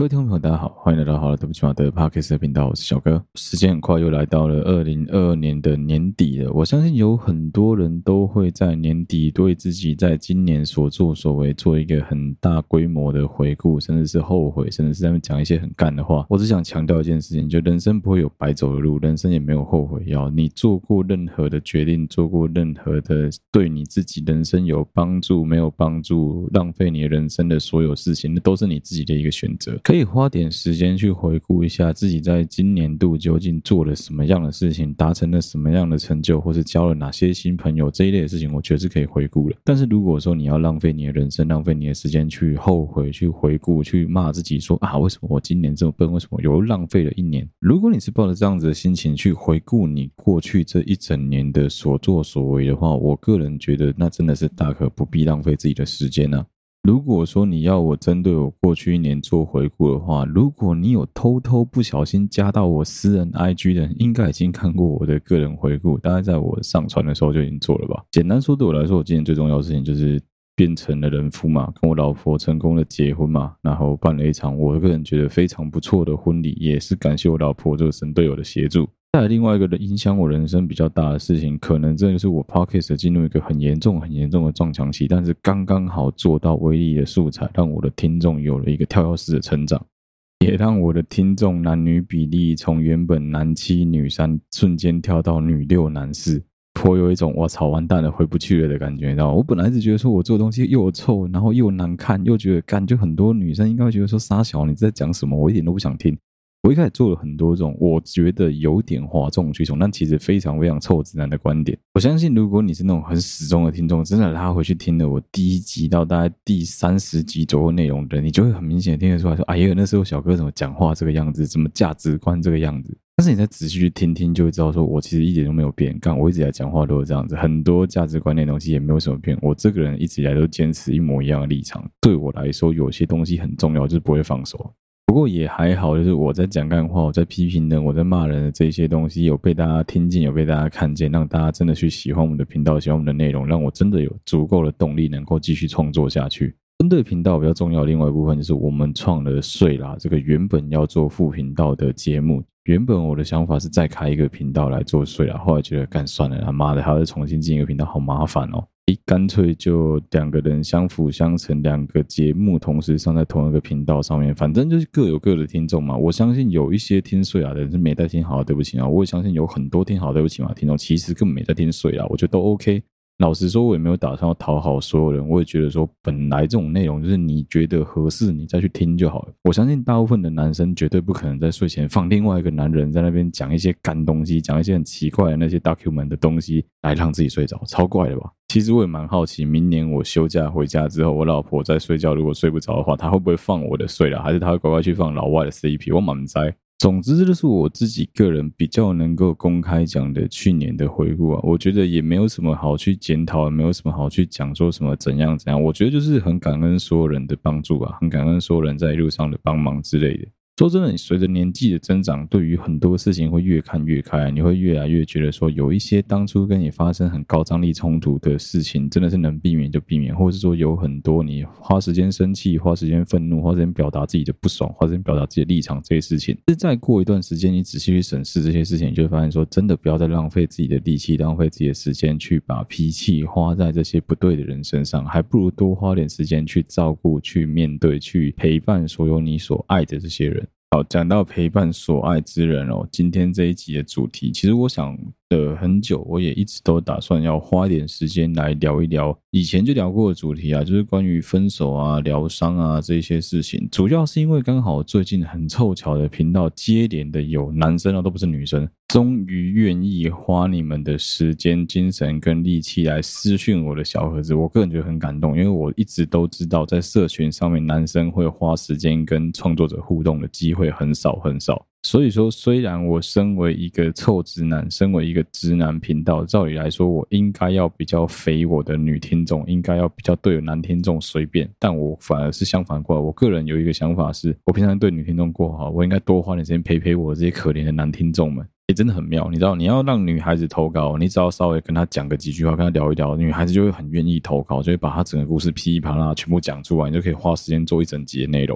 各位听众朋友大家好，欢迎来到好了对不起嘛的 Podcast 的频道，我是小哥。时间很快又来到了2022年的年底了，我相信有很多人都会在年底对自己在今年所作所为做一个很大规模的回顾，甚至是后悔，甚至是在那边讲一些很干的话。我只想强调一件事情，就人生不会有白走的路，人生也没有后悔药。你做过任何的决定，做过任何的对你自己人生有帮助没有帮助，浪费你人生的所有事情，那都是你自己的一个选择。可以花点时间去回顾一下自己在今年度究竟做了什么样的事情，达成了什么样的成就，或是交了哪些新朋友，这一类的事情我觉得是可以回顾的。但是如果说你要浪费你的人生，浪费你的时间去后悔，去回顾，去骂自己说为什么我今年这么笨，为什么又浪费了一年，如果你是抱着这样子的心情去回顾你过去这一整年的所作所为的话，我个人觉得那真的是大可不必浪费自己的时间啊。如果说你要我针对我过去一年做回顾的话，如果你有偷偷不小心加到我私人 IG 的人，应该已经看过我的个人回顾，大概在我上传的时候就已经做了吧。简单说，对我来说，我今年最重要的事情就是变成了人夫嘛，跟我老婆成功的结婚嘛，然后办了一场我个人觉得非常不错的婚礼，也是感谢我老婆这个神队友的协助。再来另外一个影响我人生比较大的事情，可能真的是我 Podcast 进入一个很严重的撞墙期，但是刚刚好做到威力的素材，让我的听众有了一个跳跃式的成长，也让我的听众男女比例从原本男7女3瞬间跳到女6男4，颇有一种我操完蛋了回不去了的感觉，你知道吗？我本来一直觉得说我做的东西又臭，然后又难看，又觉得干，就很多女生应该会觉得说傻小你在讲什么，我一点都不想听。我一开始做了很多这种我觉得有点哗众取宠，但其实非常非常臭直男的观点。我相信如果你是那种很死忠的听众，真的拉回去听了我第1集到大概第30集左右内容的，你就会很明显的听得出来说，哎呀，那时候小哥怎么讲话这个样子，怎么价值观这个样子。但是你再仔细去听听，就会知道说我其实一点都没有变，干我一直以来讲话都是这样子，很多价值观念的东西也没有什么变。我这个人一直以来都坚持一模一样的立场，对我来说有些东西很重要，就是不会放手。不过也还好，就是我在讲干话，我在批评人，我在骂人的这些东西有被大家听见，有被大家看见，让大家真的去喜欢我们的频道，喜欢我们的内容，让我真的有足够的动力能够继续创作下去。针对频道比较重要的另外一部分就是我们创了睡啦这个原本要做副频道的节目。原本我的想法是再开一个频道来做睡啦，后来觉得干算了，他妈的还要再重新进一个频道，好麻烦哦。干脆就2个人相辅相成，2个节目同时上在同一个频道上面，反正就是各有各的听众嘛。我相信有一些听睡啦的人是没在听好对不起啊，我也相信有很多听好对不起嘛的听众其实根本没在听睡啦，我觉得都 OK。老实说，我也没有打算要讨好所有人，我也觉得说本来这种内容就是你觉得合适你再去听就好了。我相信大部分的男生绝对不可能在睡前放另外一个男人在那边讲一些干东西，讲一些很奇怪的那些 document 的东西来让自己睡着，超怪的吧。其实我也蛮好奇，明年我休假回家之后，我老婆在睡觉如果睡不着的话，她会不会放我的睡啦，还是她会乖乖去放老外的 CP， 我满不知道。总之这就是我自己个人比较能够公开讲的去年的回顾啊，我觉得也没有什么好去检讨，也没有什么好去讲说什么怎样怎样，我觉得就是很感恩所有人的帮助啊，很感恩所有人在路上的帮忙之类的。说真的，你随着年纪的增长，对于很多事情会越看越开，你会越来越觉得说有一些当初跟你发生很高张力冲突的事情真的是能避免就避免，或者是说有很多你花时间生气，花时间愤怒，花时间表达自己的不爽，花时间表达自己的立场，这些事情是再过一段时间你仔细去审视这些事情，你就会发现说真的不要再浪费自己的力气，浪费自己的时间去把脾气花在这些不对的人身上，还不如多花点时间去照顾，去面对，去陪伴所有你所爱的这些人。好，讲到陪伴所爱之人哦，今天这一集的主题，其实我想了很久，我也一直都打算要花点时间来聊一聊以前就聊过的主题啊，就是关于分手啊、疗伤啊这些事情。主要是因为刚好最近很凑巧的频道接连的有男生啊，都不是女生，终于愿意花你们的时间、精神跟力气来私讯我的小盒子，我个人觉得很感动，因为我一直都知道在社群上面男生会花时间跟创作者互动的机会很少很少。所以说，虽然我身为一个臭直男，身为一个直男频道，照理来说我应该要比较肥我的女听众，应该要比较对男听众随便，但我反而是相反过来。我个人有一个想法是，我平常对女听众过好，我应该多花点时间陪陪我这些可怜的男听众们。也真的很妙，你知道，你要让女孩子投稿，你只要稍微跟她讲个几句话，跟她聊一聊，女孩子就会很愿意投稿，就会把她整个故事噼里啪啦全部讲出来，你就可以花时间做一整集的内容。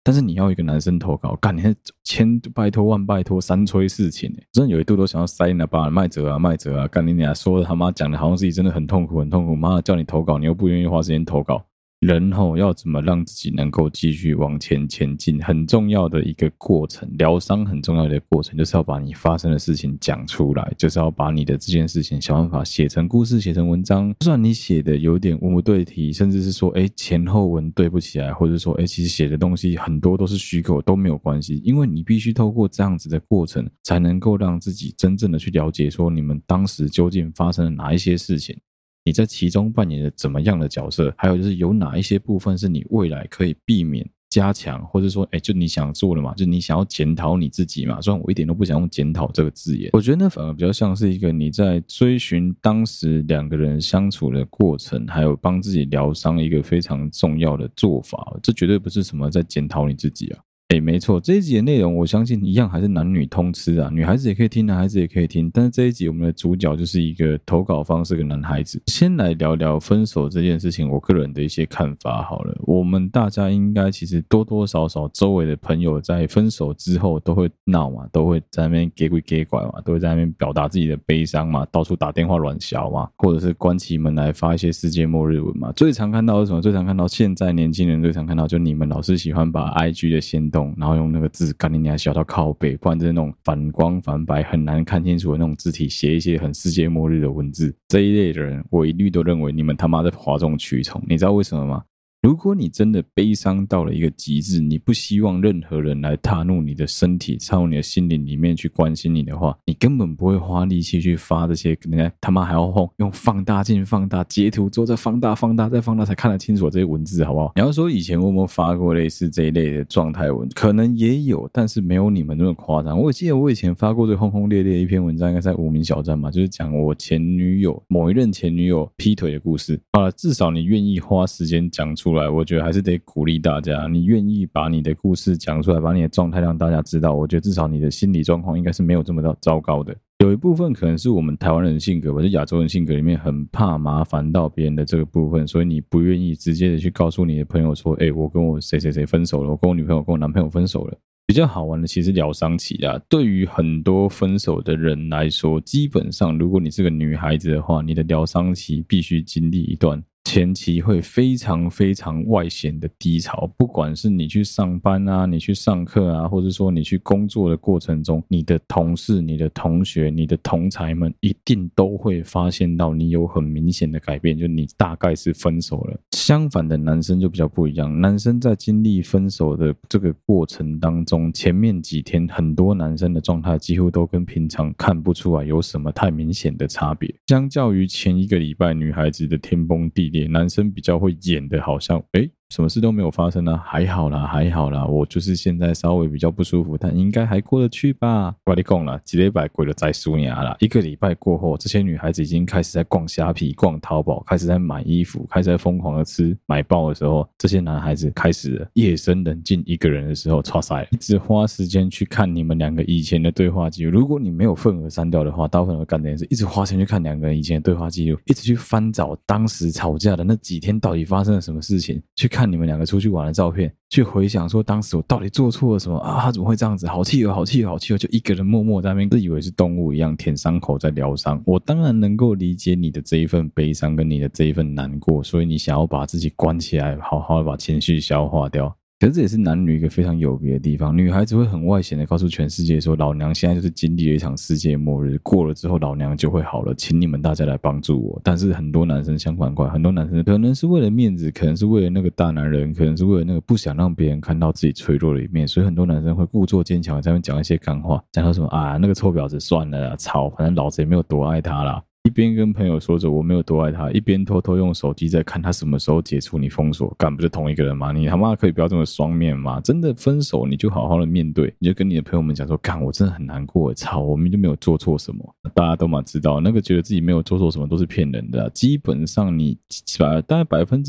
但是你要一个男生投稿，干你千拜托万拜托三催四请真的有一度都想要塞那把麦哲啊，干你俩说的他妈讲的好像自己真的很痛苦，妈的叫你投稿，你又不愿意花时间投稿。人要怎么让自己能够继续往前前进，很重要的一个过程，疗伤很重要的过程，就是要把你发生的事情讲出来，就是要把你的这件事情想办法写成故事，写成文章。就算你写的有点文不对题，甚至是说前后文对不起来，或者说其实写的东西很多都是虚构，都没有关系，因为你必须透过这样子的过程，才能够让自己真正的去了解说你们当时究竟发生了哪一些事情，你在其中扮演了怎么样的角色，还有就是有哪一些部分是你未来可以避免加强，或者说就你想做的嘛，就你想要检讨你自己嘛，虽然我一点都不想用检讨这个字眼，我觉得那反而比较像是一个你在追寻当时两个人相处的过程，还有帮自己疗伤一个非常重要的做法，这绝对不是什么在检讨你自己啊。没错，这一集的内容我相信一样还是男女通吃啊，女孩子也可以听，男孩子也可以听，但是这一集我们的主角就是一个投稿方是个男孩子。先来聊聊分手这件事情我个人的一些看法好了。我们大家应该其实多多少少周围的朋友在分手之后都会闹嘛，都会在那边给鬼给拐嘛，都会在那边表达自己的悲伤嘛，到处打电话乱笑嘛，或者是关起门来发一些世界末日文嘛。最常看到是什么？最常看到现在年轻人最常看到就你们老是喜欢把 IG 的限动然后用那个字干你娘小到靠背，不然就是那种反光反白很难看清楚的那种字体，写一些很世界末日的文字。这一类的人我一律都认为你们他妈在哗众取宠。你知道为什么吗？如果你真的悲伤到了一个极致，你不希望任何人来踏入你的身体，踏入你的心灵里面去关心你的话，你根本不会花力气去发这些，人家他妈还要用放大镜放大截图之后再放大再放大才看得清楚这些文字，好不好？你要说以前我有没有发过类似这一类的状态文，可能也有，但是没有你们那么夸张。我记得我以前发过最轰轰烈烈的一篇文章，应该在无名小站嘛，就是讲我某一任前女友劈腿的故事。好了，至少你愿意花时间讲出来，我觉得还是得鼓励大家，你愿意把你的故事讲出来，把你的状态让大家知道，我觉得至少你的心理状况应该是没有这么糟糕的。有一部分可能是我们台湾人性格吧，就亚洲人性格里面很怕麻烦到别人的这个部分，所以你不愿意直接的去告诉你的朋友说我跟我谁谁谁分手了，我跟我女朋友跟我男朋友分手了。比较好玩的其实疗伤期啊，对于很多分手的人来说，基本上如果你是个女孩子的话，你的疗伤期必须经历一段前期会非常非常外显的低潮，不管是你去上班啊，你去上课啊，或者说你去工作的过程中，你的同事、你的同学、你的同侪们一定都会发现到你有很明显的改变，就你大概是分手了。相反的男生就比较不一样，男生在经历分手的这个过程当中，前面几天很多男生的状态几乎都跟平常看不出来有什么太明显的差别。相较于前一个礼拜女孩子的天崩地裂，男生比较会演的好像什么事都没有发生啊，还好啦，我就是现在稍微比较不舒服，但应该还过得去吧。我跟你讲啦，一礼拜过就再输牙啦。一个礼拜过后，这些女孩子已经开始在逛虾皮、逛淘宝，开始在买衣服，开始在疯狂的吃买爆的时候，这些男孩子开始了夜深人静一个人的时候，唰塞，一直花时间去看你们两个以前的对话记录。如果你没有份额删掉的话，大部分人会干这件事，一直花钱去看两个人以前的对话记录，一直去翻找当时吵架的那几天到底发生了什么事情，去看你们两个出去玩的照片，去回想说当时我到底做错了什么啊？他怎么会这样子？好气哦，就一个人默默在那边自以为是动物一样舔伤口在疗伤。我当然能够理解你的这一份悲伤跟你的这一份难过，所以你想要把自己关起来，好好的把情绪消化掉。可是这也是男女一个非常有别的地方，女孩子会很外显的告诉全世界说，老娘现在就是经历了一场世界末日，过了之后老娘就会好了，请你们大家来帮助我。但是很多男生相反过来，很多男生可能是为了面子，可能是为了那个大男人，可能是为了那个不想让别人看到自己脆弱的一面，所以很多男生会故作坚强，在那边讲一些干话，讲说什么啊那个臭婊子算了啦，操，反正老子也没有多爱他啦。一边跟朋友说着我没有多爱他，一边偷偷用手机在看他什么时候解除你封锁，干不是同一个人吗？你他妈可以不要这么双面吗？真的分手你就好好的面对，你就跟你的朋友们讲说，干我真的很难过，操，我明明就没有做错什么。大家都嘛知道，那个觉得自己没有做错什么都是骗人的基本上你大概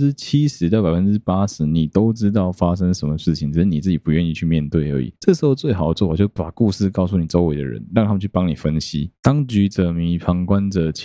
70%到80%你都知道发生什么事情，只是你自己不愿意去面对而已。这时候最好的做法就把故事告诉你周围的人，让他们去帮你分析。当局者迷，旁观者清。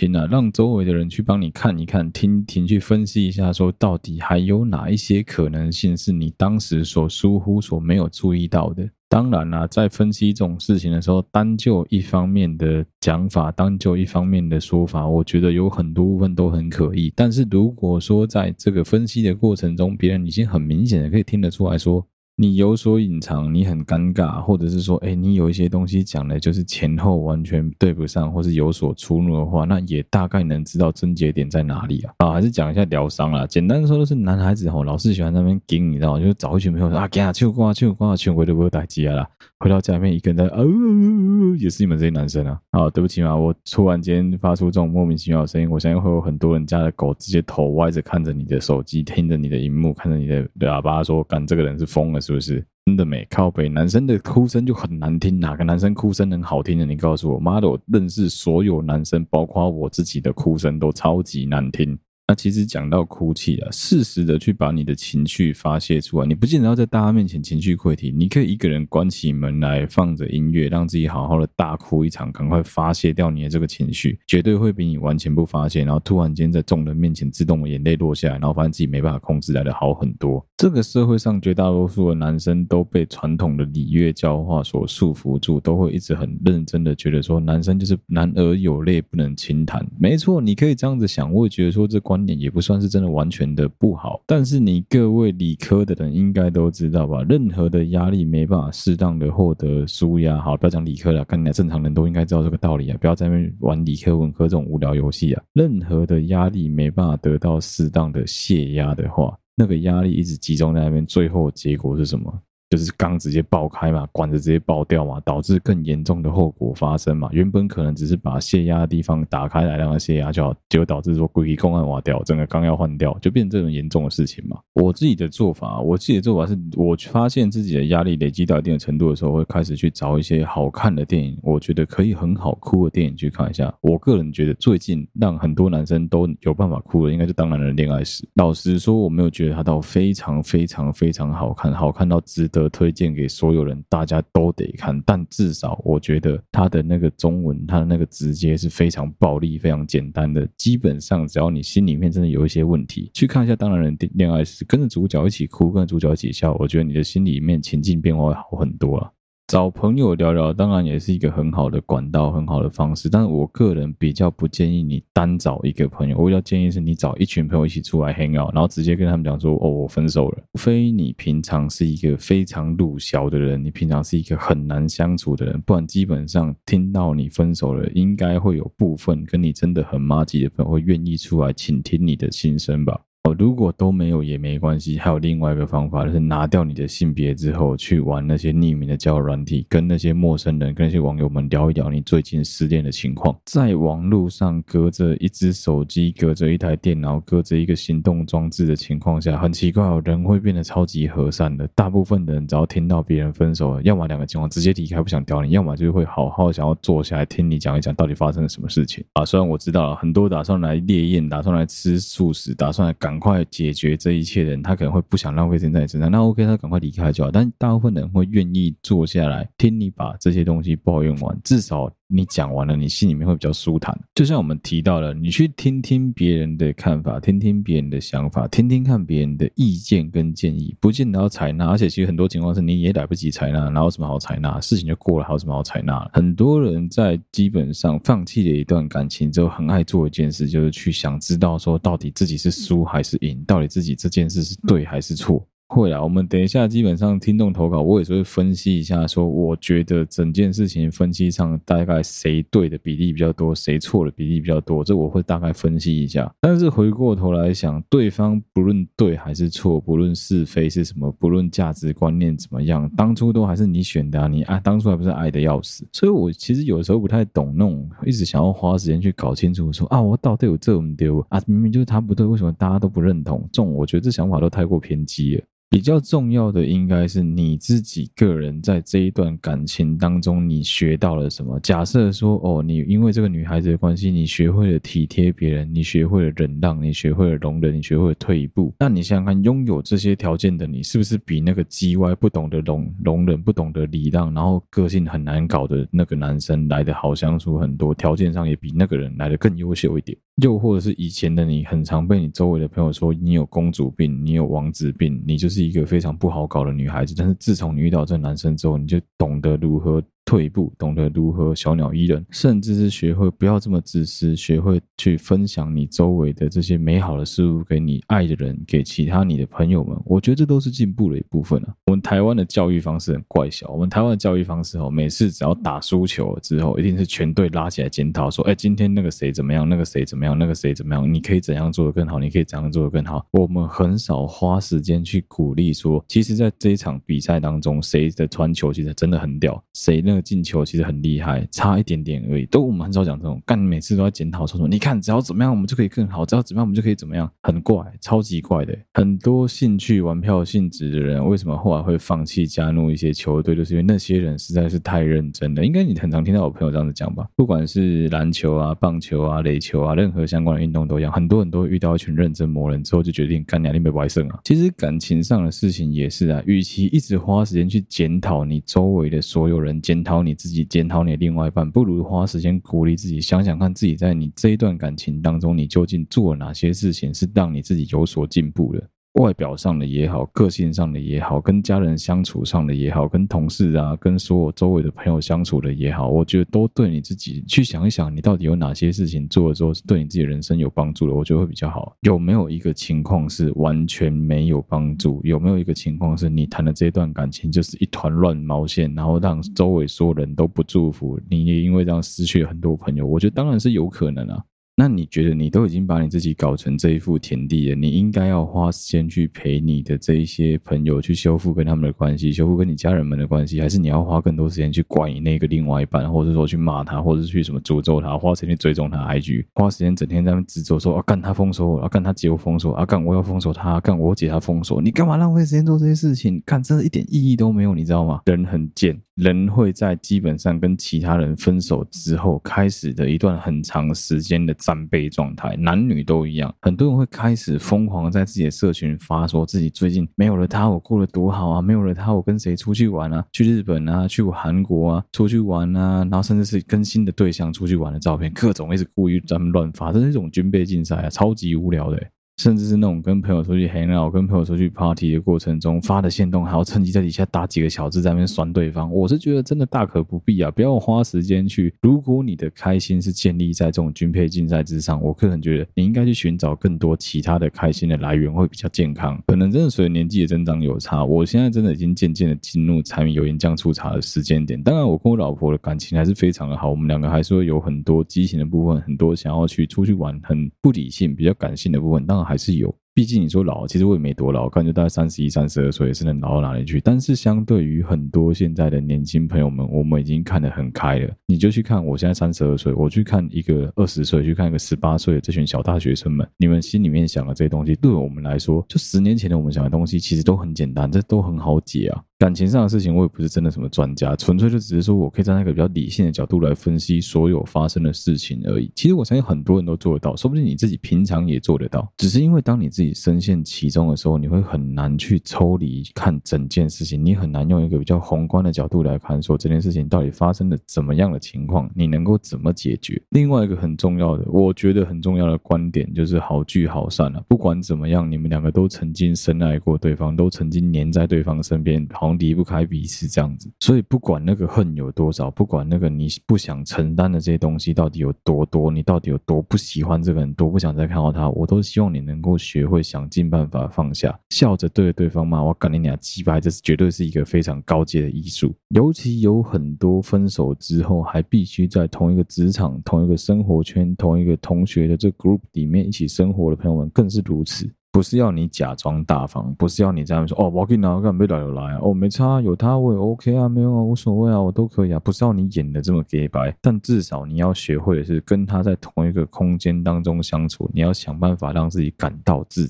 听啊，让周围的人去帮你看一看，听一听，去分析一下，说到底还有哪一些可能性是你当时所疏忽、所没有注意到的。当然啦，在分析这种事情的时候，单就一方面的讲法，单就一方面的说法，我觉得有很多部分都很可疑。但是如果说在这个分析的过程中，别人已经很明显的可以听得出来说，你有所隐藏，你很尴尬，或者是说，你有一些东西讲的就是前后完全对不上，或是有所出入的话，那也大概能知道症结点在哪里啊。还是讲一下疗伤啦。简单说就是男孩子老是喜欢在那边盯，你知道吗？就是找一群朋友说给他唱歌唱歌，全回都不会代志啦。回到家里面一个人在也是你们这些男生啊。对不起嘛，我突然间发出这种莫名其妙的声音，我相信会有很多人家的狗直接头歪着看着你的手机，听着你的荧幕，看着你的喇叭说，干这个人是疯了是不是？真的没靠北，男生的哭声就很难听，哪个男生哭声能好听的？你告诉我，妈的，我认识所有男生，包括我自己的哭声都超级难听。那其实讲到哭泣啊，适时的去把你的情绪发泄出来，你不见得要在大家面前情绪溃堤，你可以一个人关起门来，放着音乐，让自己好好的大哭一场，赶快发泄掉你的这个情绪，绝对会比你完全不发泄，然后突然间在众人面前自动的眼泪落下来，然后发现自己没办法控制来的好很多。这个社会上绝大多数的男生都被传统的礼乐教化所束缚住，都会一直很认真的觉得说，男生就是男儿有泪不能轻弹。没错，你可以这样子想，我也觉得说这观念也不算是真的完全的不好，但是你各位理科的人应该都知道吧，任何的压力没办法适当的获得抒压，好，不要讲理科了，看你正常人都应该知道这个道理啊，不要在那边玩理科文科这种无聊游戏啊。任何的压力没办法得到适当的泄压的话，那个压力一直集中在那边，最后结果是什么？就是缸直接爆开嘛，管子直接爆掉嘛，导致更严重的后果发生嘛。原本可能只是把泄压的地方打开来让它泄压就好，结果导致说规公案瓦掉，整个缸要换掉，就变成这种严重的事情嘛。我自己的做法是，我发现自己的压力累积到一定的程度的时候，会开始去找一些好看的电影，我觉得可以很好哭的电影去看一下。我个人觉得最近让很多男生都有办法哭的，应该就当男人的恋爱史。老实说，我没有觉得它到非常非常非常好看，好看到值得推荐给所有人，大家都得看。但至少我觉得它的那个中文，它的那个直接是非常暴力、非常简单的。基本上只要你心里面真的有一些问题，去看一下《当男人恋爱时》，跟着主角一起哭，跟着主角一起笑，我觉得你的心里面情境变化会好很多了。找朋友聊聊当然也是一个很好的管道，很好的方式，但是我个人比较不建议你单找一个朋友，我比较建议是你找一群朋友一起出来 hang out， 然后直接跟他们讲说我分手了。除非你平常是一个非常鲁小的人，你平常是一个很难相处的人，不然基本上听到你分手了，应该会有部分跟你真的很麻吉的朋友会愿意出来倾听你的心声吧。如果都没有也没关系，还有另外一个方法，就是拿掉你的性别之后，去玩那些匿名的交友软体，跟那些陌生人、跟那些网友们聊一聊你最近失恋的情况。在网络上隔着一只手机、隔着一台电脑、隔着一个行动装置的情况下，很奇怪人会变得超级和善的。大部分的人只要听到别人分手了，要么两个情况直接离开不想屌你，要么就是会好好想要坐下来听你讲一讲到底发生了什么事情啊。虽然我知道了很多打算来猎艳、打算来吃素食、打算来赶快解决这一切的人，他可能会不想浪费时间在你身上，那 OK， 他赶快离开就好。但大部分人会愿意坐下来听你把这些东西抱怨完，至少你讲完了，你心里面会比较舒坦。就像我们提到了，你去听听别人的看法，听听别人的想法，听听看别人的意见跟建议，不见得要采纳，而且其实很多情况是你也来不及采纳，哪有什么好采纳，事情就过了，还有什么好采纳。很多人在基本上放弃了一段感情之后，很爱做一件事，就是去想知道说到底自己是输还是赢，到底自己这件事是对还是错。会啦，我们等一下基本上听众投稿，我也是会分析一下，说我觉得整件事情分析上大概谁对的比例比较多，谁错的比例比较多，这我会大概分析一下。但是回过头来想，对方不论对还是错，不论是非是什么，不论价值观念怎么样，当初都还是你选的啊，你当初还不是爱的要死。所以我其实有时候不太懂那种一直想要花时间去搞清楚说我到底有这么丢啊，明明就是他不对，为什么大家都不认同？这种我觉得这想法都太过偏激了。 比较重要的应该是你自己个人在这一段感情当中你学到了什么。假设说你因为这个女孩子的关系，你学会了体贴别人，你学会了忍让，你学会了容忍，你学会了退一步，那你想想看，拥有这些条件的你是不是比那个叽歪不懂得容忍不懂得礼让，然后个性很难搞的那个男生来得好相处很多，条件上也比那个人来得更优秀一点。又或者是以前的你很常被你周围的朋友说你有公主病，你有王子病，你就是一个非常不好搞的女孩子，但是自从你遇到这个男生之后，你就懂得如何退一步，懂得如何小鸟依人，甚至是学会不要这么自私，学会去分享你周围的这些美好的事物给你爱的人，给其他你的朋友们。我觉得这都是进步的一部分啊。我们台湾的教育方式很怪小，我们台湾的教育方式每次只要打输球之后，一定是全队拉起来检讨说，今天那个谁怎么样，那个谁怎么样，那个谁怎么样，你可以怎样做得更好，你可以怎样做得更好。我们很少花时间去鼓励说，其实在这一场比赛当中，谁的传球其实真的很屌，谁那个进球其实很厉害，差一点点而已。我们很少讲这种，每次都在检讨说什么，你看只要怎么样我们就可以更好，只要怎么样我们就可以怎么样，很怪，超级怪的。很多兴趣玩票性质的人，为什么后来会放弃加入一些球队，就是因为那些人实在是太认真了。应该你很常听到我朋友这样子讲吧，不管是篮球啊、棒球啊、垒球啊，任何相关的运动都一样，很多人都会遇到一群认真磨人之后就决定干你没白胜啊。其实感情上的事情也是啊，与其一直花时间去检讨你周围的所有人，检讨你自己，检讨你的另外一半，不如花时间鼓励自己，想想看自己在你这一段感情当中，你究竟做了哪些事情是让你自己有所进步的。外表上的也好，个性上的也好，跟家人相处上的也好，跟同事啊，跟所有周围的朋友相处的也好，我觉得都对你自己去想一想，你到底有哪些事情做了之后是对你自己的人生有帮助的，我觉得会比较好。有没有一个情况是完全没有帮助？有没有一个情况是你谈的这段感情就是一团乱毛线，然后让周围所有人都不祝福，你也因为这样失去了很多朋友？我觉得当然是有可能啊。那你觉得你都已经把你自己搞成这一副田地了，你应该要花时间去陪你的这一些朋友去修复跟他们的关系，修复跟你家人们的关系，还是你要花更多时间去管你那个另外一半，或者说去骂他，或者是去什么诅咒他，花时间去追踪他 IG， 花时间整天在那边指责说干他封锁我，干他姐我封锁干我要封锁他，干我姐他封锁，你干嘛浪费时间做这些事情？干真的一点意义都没有，你知道吗？人很贱，人会在基本上跟其他人分手之后开始的一段很长时间的战备状态，男女都一样。很多人会开始疯狂在自己的社群发说自己最近没有了他我过得多好啊，没有了他我跟谁出去玩啊，去日本啊，去韩国啊，出去玩啊，然后甚至是跟新的对象出去玩的照片，各种一直故意在那边乱发，这是一种军备竞赛啊，超级无聊的甚至是那种跟朋友出去 hang out 跟朋友出去 party 的过程中发的限动，还要趁机在底下打几个小字在那边酸对方，我是觉得真的大可不必啊，不要花时间去。如果你的开心是建立在这种军备竞赛之上，我个人觉得你应该去寻找更多其他的开心的来源，会比较健康。可能真的随着年纪的增长有差，我现在真的已经渐渐的进入柴米油盐酱醋茶的时间点。当然我跟我老婆的感情还是非常的好，我们两个还是会有很多激情的部分，很多想要去出去玩很不理性比较感性的部分，当然还是有。毕竟你说老，其实我也没多老，感觉大概31、32岁也是能老到哪里去。但是相对于很多现在的年轻朋友们，我们已经看得很开了。你就去看我现在32岁，我去看一个20岁，去看一个18岁的这群小大学生们，你们心里面想的这些东西，对我们来说，就10年前的我们想的东西，其实都很简单，这都很好解啊。感情上的事情，我也不是真的什么专家，纯粹就只是说我可以站在一个比较理性的角度来分析所有发生的事情而已。其实我相信很多人都做得到，说不定你自己平常也做得到，只是因为当你自己深陷其中的时候，你会很难去抽离看整件事情，你很难用一个比较宏观的角度来看说这件事情到底发生了怎么样的情况，你能够怎么解决。另外一个很重要的，我觉得很重要的观点就是好聚好散啊。不管怎么样，你们两个都曾经深爱过对方，都曾经黏在对方身边，好像离不开彼此这样子。所以不管那个恨有多少，不管那个你不想承担的这些东西到底有多多，你到底有多不喜欢这个人，多不想再看到他，我都希望你能够学会想尽办法放下，笑着对着对方骂我干你娘鸡掰，这是绝对是一个非常高阶的艺术。尤其有很多分手之后还必须在同一个职场、同一个生活圈、同一个同学的这 group 里面一起生活的朋友们更是如此。不是要你假装大方，不是要你这样说我给你拿干没来就来没差，有他我也 OK 啊，没有啊无所谓啊，我都可以啊，不是要你演的这么假白，但至少你要学会的是跟他在同一个空间当中相处，你要想办法让自己感到自在。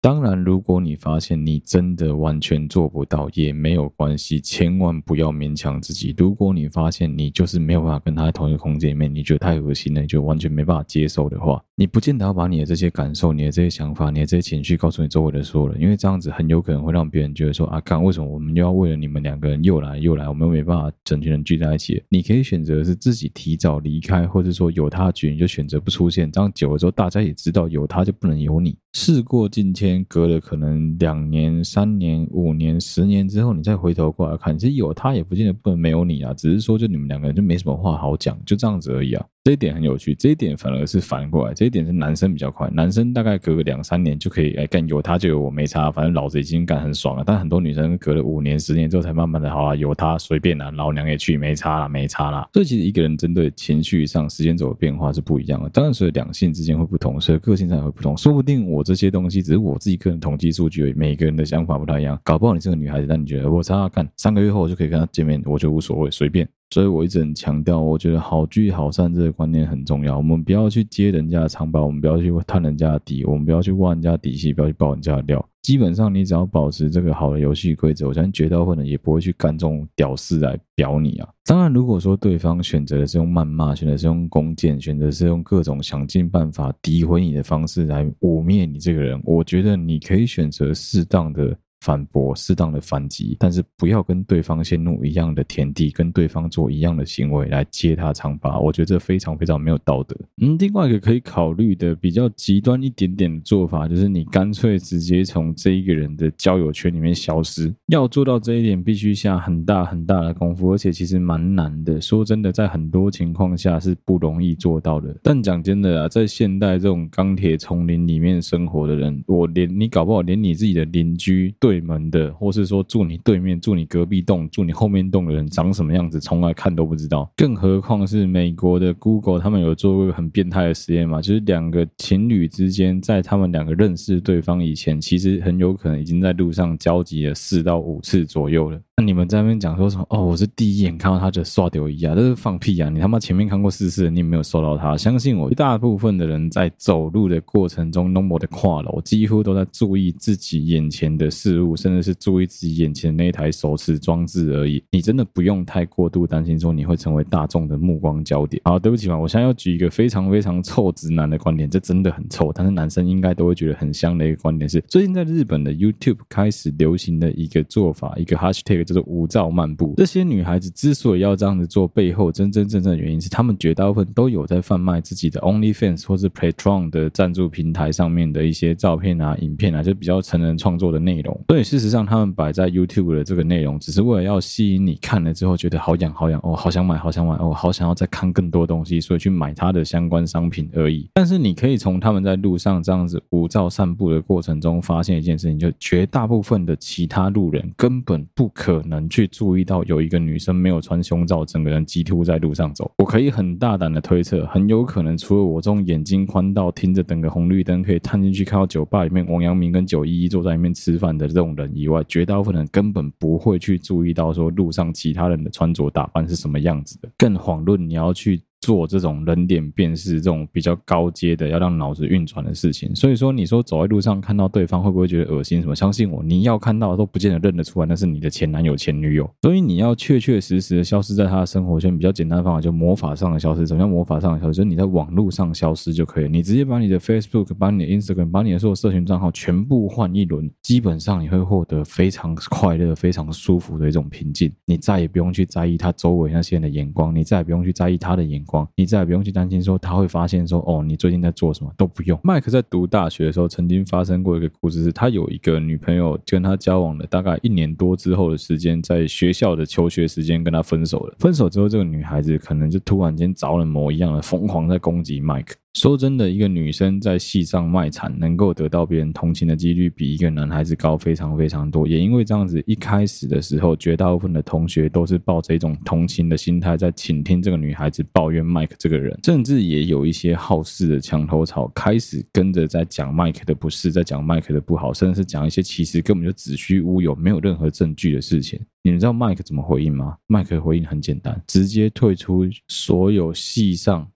当然如果你发现你真的完全做不到也没有关系，千万不要勉强自己。如果你发现你就是没有办法跟他在同一个空间里面，你觉得太恶心了，你就完全没办法接受的话，你不见得要把你的这些感受、你的这些想法、你的这些情绪告诉你周围的所有人，因为这样子很有可能会让别人觉得说啊，干为什么我们又要为了你们两个人又来，我们又没办法整群人聚在一起。你可以选择是自己提早离开，或者说有他的局你就选择不出现，这样久了之后大家也知道有他就不能有你。事过境迁，隔了可能2年、3年、5年、10年之后，你再回头过来看，其实有他也不见得不能没有你啊，只是说就你们两个人就没什么话好讲，就这样子而已啊。这一点很有趣，这一点反而是反过来，这一点是男生比较快，男生大概隔个2、3年就可以干有他就有我没差，反正老子已经干很爽了。但很多女生隔了5年、10年之后才慢慢的好啊，有他随便啦，老娘也去没差啦，没差啦。所以其实一个人针对情绪上时间轴的变化是不一样的，当然所以两性之间会不同，所以个性上也会不同。说不定我这些东西只是我自己个人统计数据而已，每个人的想法不太一样。搞不好你是个女孩子，但你觉得我差干3个月后我就可以跟她见面，我就无所谓，随便。所以我一直很强调，我觉得好聚好散这个观念很重要。我们不要去揭人家的长疤，我们不要去探人家的底，我们不要去挖人家的底细，不要去爆人家的料。基本上你只要保持这个好的游戏规则，我相信绝大部分人也不会去干这种屌事来表你啊。当然如果说对方选择的是用谩骂，选择是用弓箭，选择是用各种想尽办法诋毁你的方式来污蔑你这个人，我觉得你可以选择适当的反驳，适当的反击，但是不要跟对方陷入一样的田地，跟对方做一样的行为来揭他长疤，我觉得这非常非常没有道德。另外一个可以考虑的比较极端一点点的做法，就是你干脆直接从这一个人的交友圈里面消失。要做到这一点必须下很大很大的功夫，而且其实蛮难的，说真的在很多情况下是不容易做到的。但讲真的啊，在现代这种钢铁丛林里面生活的人，你搞不好连你自己的邻居对门的，或是说住你对面、住你隔壁栋、住你后面栋的人长什么样子，从来看都不知道。更何况是美国的 Google， 他们有做过一个很变态的实验嘛，就是2个情侣之间，在他们2个认识对方以前，其实很有可能已经在路上交集了4到5次左右了。那你们在那边讲说什么？哦，我是第一眼看到他就刷丢一下，这是放屁啊！你他妈前面看过4次，你有没有刷到他？相信我，大部分的人在走路的过程中，normal的跨楼，几乎都在注意自己眼前的事物，甚至是注意自己眼前的那一台手持装置而已。你真的不用太过度担心说你会成为大众的目光焦点。好，对不起嘛，我现在要举一个非常非常臭直男的观点，这真的很臭，但是男生应该都会觉得很香的一个观点是，最近在日本的 YouTube 开始流行的一个做法，一个 hashtag。就是无照漫步。这些女孩子之所以要这样子做，背后真正的原因是她们绝大部分都有在贩卖自己的 OnlyFans 或是 Patreon 的赞助平台上面的一些照片啊、影片啊，就比较成人创作的内容。所以事实上，她们摆在 YouTube 的这个内容，只是为了要吸引你看了之后觉得好痒好痒哦，好想买好想买哦，好想要再看更多东西，所以去买它的相关商品而已。但是你可以从他们在路上这样子无照散步的过程中发现一件事情，就绝大部分的其他路人根本不可能去注意到有一个女生没有穿胸罩，整个人激突在路上走。我可以很大胆的推测，很有可能除了我这种眼睛宽到听着等个红绿灯可以探进去看到酒吧里面王阳明跟911坐在里面吃饭的这种人以外，绝大部分人根本不会去注意到说路上其他人的穿着打扮是什么样子的，更遑论你要去做这种人脸辨识这种比较高阶的要让脑子运转的事情。所以说你说走在路上看到对方会不会觉得恶心什么，相信我，你要看到的都不见得认得出来那是你的前男友前女友。所以你要确确实实的消失在他的生活圈，比较简单的方法就魔法上的消失。怎么样魔法上的消失？就是你在网络上消失就可以了，你直接把你的 Facebook 把你的 Instagram 把你的所有社群账号全部换一轮，基本上你会获得非常快乐非常舒服的一种平静。你再也不用去在意他周围那些人的眼光，你再也不用去在意他的眼光，你再也不用去担心说他会发现说哦你最近在做什么，都不用。麦克在读大学的时候曾经发生过一个故事，是他有一个女朋友跟他交往了大概1年多之后的时间，在学校的求学时间跟他分手了。分手之后这个女孩子可能就突然间着了魔一样的疯狂在攻击麦克。说真的，一个女生在系上卖惨能够得到别人同情的几率比一个男孩子高非常非常多，也因为这样子一开始的时候绝大部分的同学都是抱着一种同情的心态在倾听这个女孩子抱怨麦克这个人，甚至也有一些好事的墙头草开始跟着在讲麦克的不是，在讲麦克的不好，甚至是讲一些其实根本就子虚乌有没有任何证据的事情。你们知道麦克怎么回应吗？麦克回应很简单，直接退出所有系上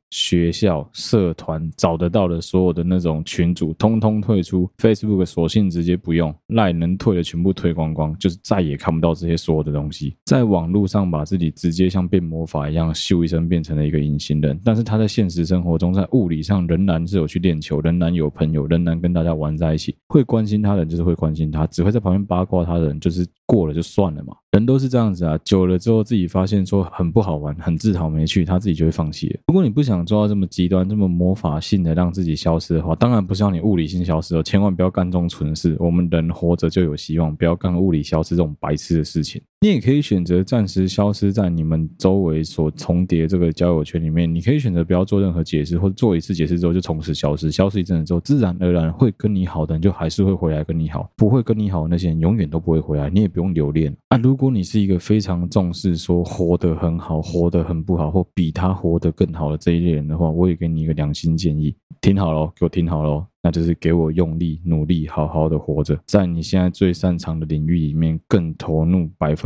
学校、社团找得到的所有的那种群组通通退出， Facebook 索性直接不用， LINE 能退的全部退光光，就是再也看不到这些所有的东西。在网络上把自己直接像变魔法一样咻一声变成了一个隐形人，但是他在现实生活中，在物理上仍然是有去练球，仍然有朋友，仍然跟大家玩在一起，会关心他的人就是会关心他，只会在旁边八卦他的人就是过了就算了嘛。人都是这样子啊，久了之后自己发现说很不好玩，很自讨没趣，他自己就会放弃了。如果你不想做到这么极端，这么魔法性的让自己消失的话，当然不是要你物理性消失哦，千万不要干这种蠢事。我们人活着就有希望，不要干物理消失这种白痴的事情。你也可以选择暂时消失在你们周围所重叠这个交友圈里面，你可以选择不要做任何解释，或者做一次解释之后就从此消失，消失一阵子之后，自然而然会跟你好的人就还是会回来跟你好，不会跟你好的那些人永远都不会回来，你也不用留恋啊。如果你是一个非常重视说活得很好，活得很不好，或比他活得更好的这一类人的话，我也给你一个良心建议，听好咯，给我听好咯，那就是给我用力努力好好的活着，在你现在最擅长的领域里面更投入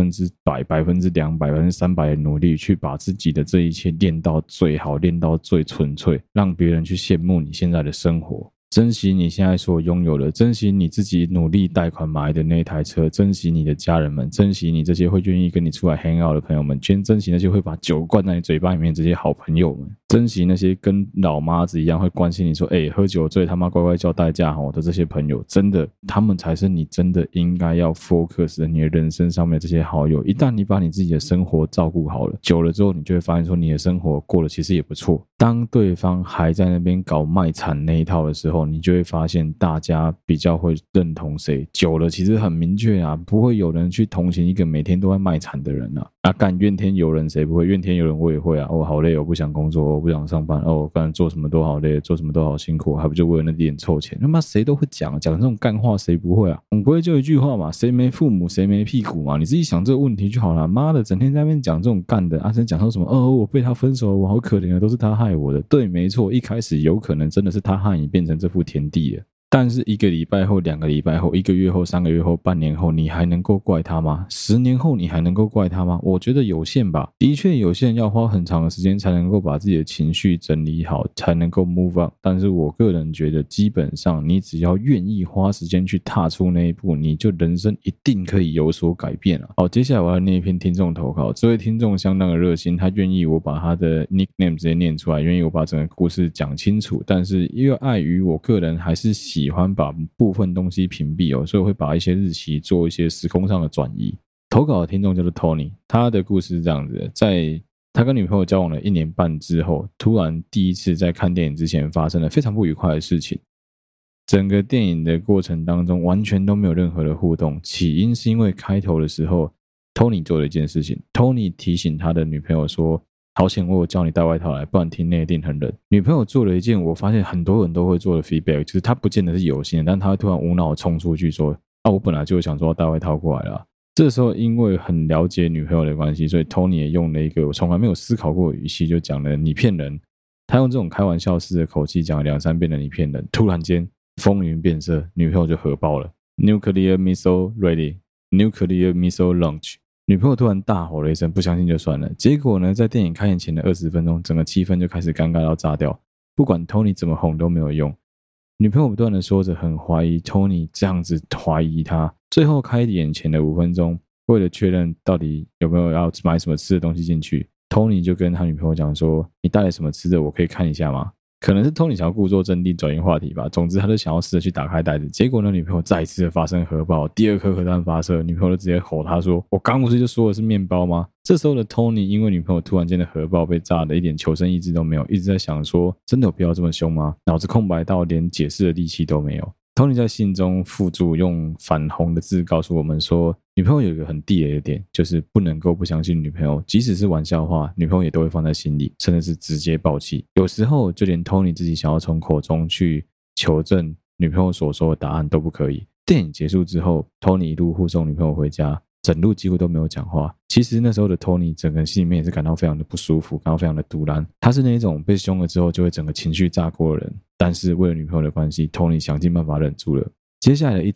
100%、200%、300%的努力，去把自己的这一切练到最好，练到最纯粹，让别人去羡慕你现在的生活。珍惜你现在所拥有的，珍惜你自己努力贷款买的那台车，珍惜你的家人们，珍惜你这些会愿意跟你出来 hang out 的朋友们，珍惜那些会把酒灌在你嘴巴里面这些好朋友们，珍惜那些跟老妈子一样会关心你说喝酒醉他妈乖乖叫代驾的这些朋友，真的他们才是你真的应该要 focus 的你的人生上面的这些好友。一旦你把你自己的生活照顾好了，久了之后你就会发现说你的生活过得其实也不错。当对方还在那边搞卖惨那一套的时候，你就会发现大家比较会认同谁，久了其实很明确啊，不会有人去同情一个每天都在卖惨的人啊，干怨天尤人谁不会？怨天尤人我也会啊，好累，我不想工作，我不想上班，干做什么都好累，做什么都好辛苦，还不就为了那点臭钱？他妈谁都会讲这种干话，谁不会啊？总归就一句话嘛，谁没父母谁没屁股嘛，你自己想这个问题就好了。妈的，整天在那边讲这种干的，真讲说什么我被他分手了，我好可怜啊，都是他害我的。对，没错，一开始有可能真的是他害你变成这副田地了。但是1个礼拜后、2个礼拜后、1个月后、3个月后、半年后，你还能够怪他吗？10年后你还能够怪他吗？我觉得有限吧。的确有些人要花很长的时间才能够把自己的情绪整理好，才能够 move on。但是我个人觉得基本上你只要愿意花时间去踏出那一步，你就人生一定可以有所改变了。好，接下来我要念一篇听众投稿。这位听众相当的热心，他愿意我把他的 nickname 直接念出来，愿意我把整个故事讲清楚，但是因为碍于我个人还是喜欢把部分东西屏蔽所以我会把一些日期做一些时空上的转移。投稿的听众叫做 Tony， 他的故事是这样子的，在他跟女朋友交往了1年半之后，突然第一次在看电影之前发生了非常不愉快的事情。整个电影的过程当中完全都没有任何的互动，起因是因为开头的时候 Tony 做了一件事情， Tony 提醒他的女朋友说好险我有叫你带外套来，不然厅内一定很冷。女朋友做了一件我发现很多人都会做的 feedback， 就是他不见得是有心的，但他会突然无脑冲出去说我本来就想说要带外套过来啦。这时候因为很了解女朋友的关系，所以 Tony 也用了一个我从来没有思考过的语气，就讲了你骗人。他用这种开玩笑式的口气讲了2-3遍的你骗人，突然间风云变色，女朋友就核爆了 Nuclear Missile Ready Nuclear Missile Launch。女朋友突然大吼了一声，不相信就算了。结果呢，在电影开演前的20分钟，整个气氛就开始尴尬到炸掉。不管 Tony 怎么哄都没有用。女朋友不断的说着很怀疑 Tony 这样子怀疑他。最后开演前的5分钟，为了确认到底有没有要买什么吃的东西进去， Tony 就跟他女朋友讲说，你带了什么吃的我可以看一下吗？可能是 Tony 想要故作镇定转移话题吧，总之他就想要试着去打开袋子，结果呢，女朋友再一次的发生核爆，第2颗核弹发射，女朋友就直接吼他说我刚不是就说的是面包吗？这时候的 Tony 因为女朋友突然间的核爆被炸的一点求生意志都没有，一直在想说真的有必要这么凶吗？脑子空白到连解释的力气都没有。Tony 在信中附注用反红的字告诉我们说，女朋友有一个很地雷的点，就是不能够不相信女朋友，即使是玩笑话，女朋友也都会放在心里，甚至是直接爆气。有时候就连 Tony 自己想要从口中去求证女朋友所说的答案都不可以。电影结束之后， Tony 一路护送女朋友回家，整路几乎都没有讲话。其实那时候的 Tony 整个心里面也是感到非常的不舒服，感到非常的毒烂。他是那种被凶了之后就会整个情绪炸锅的人，但是为了女朋友的关系， Tony 想尽办法忍住了。接下来的1周，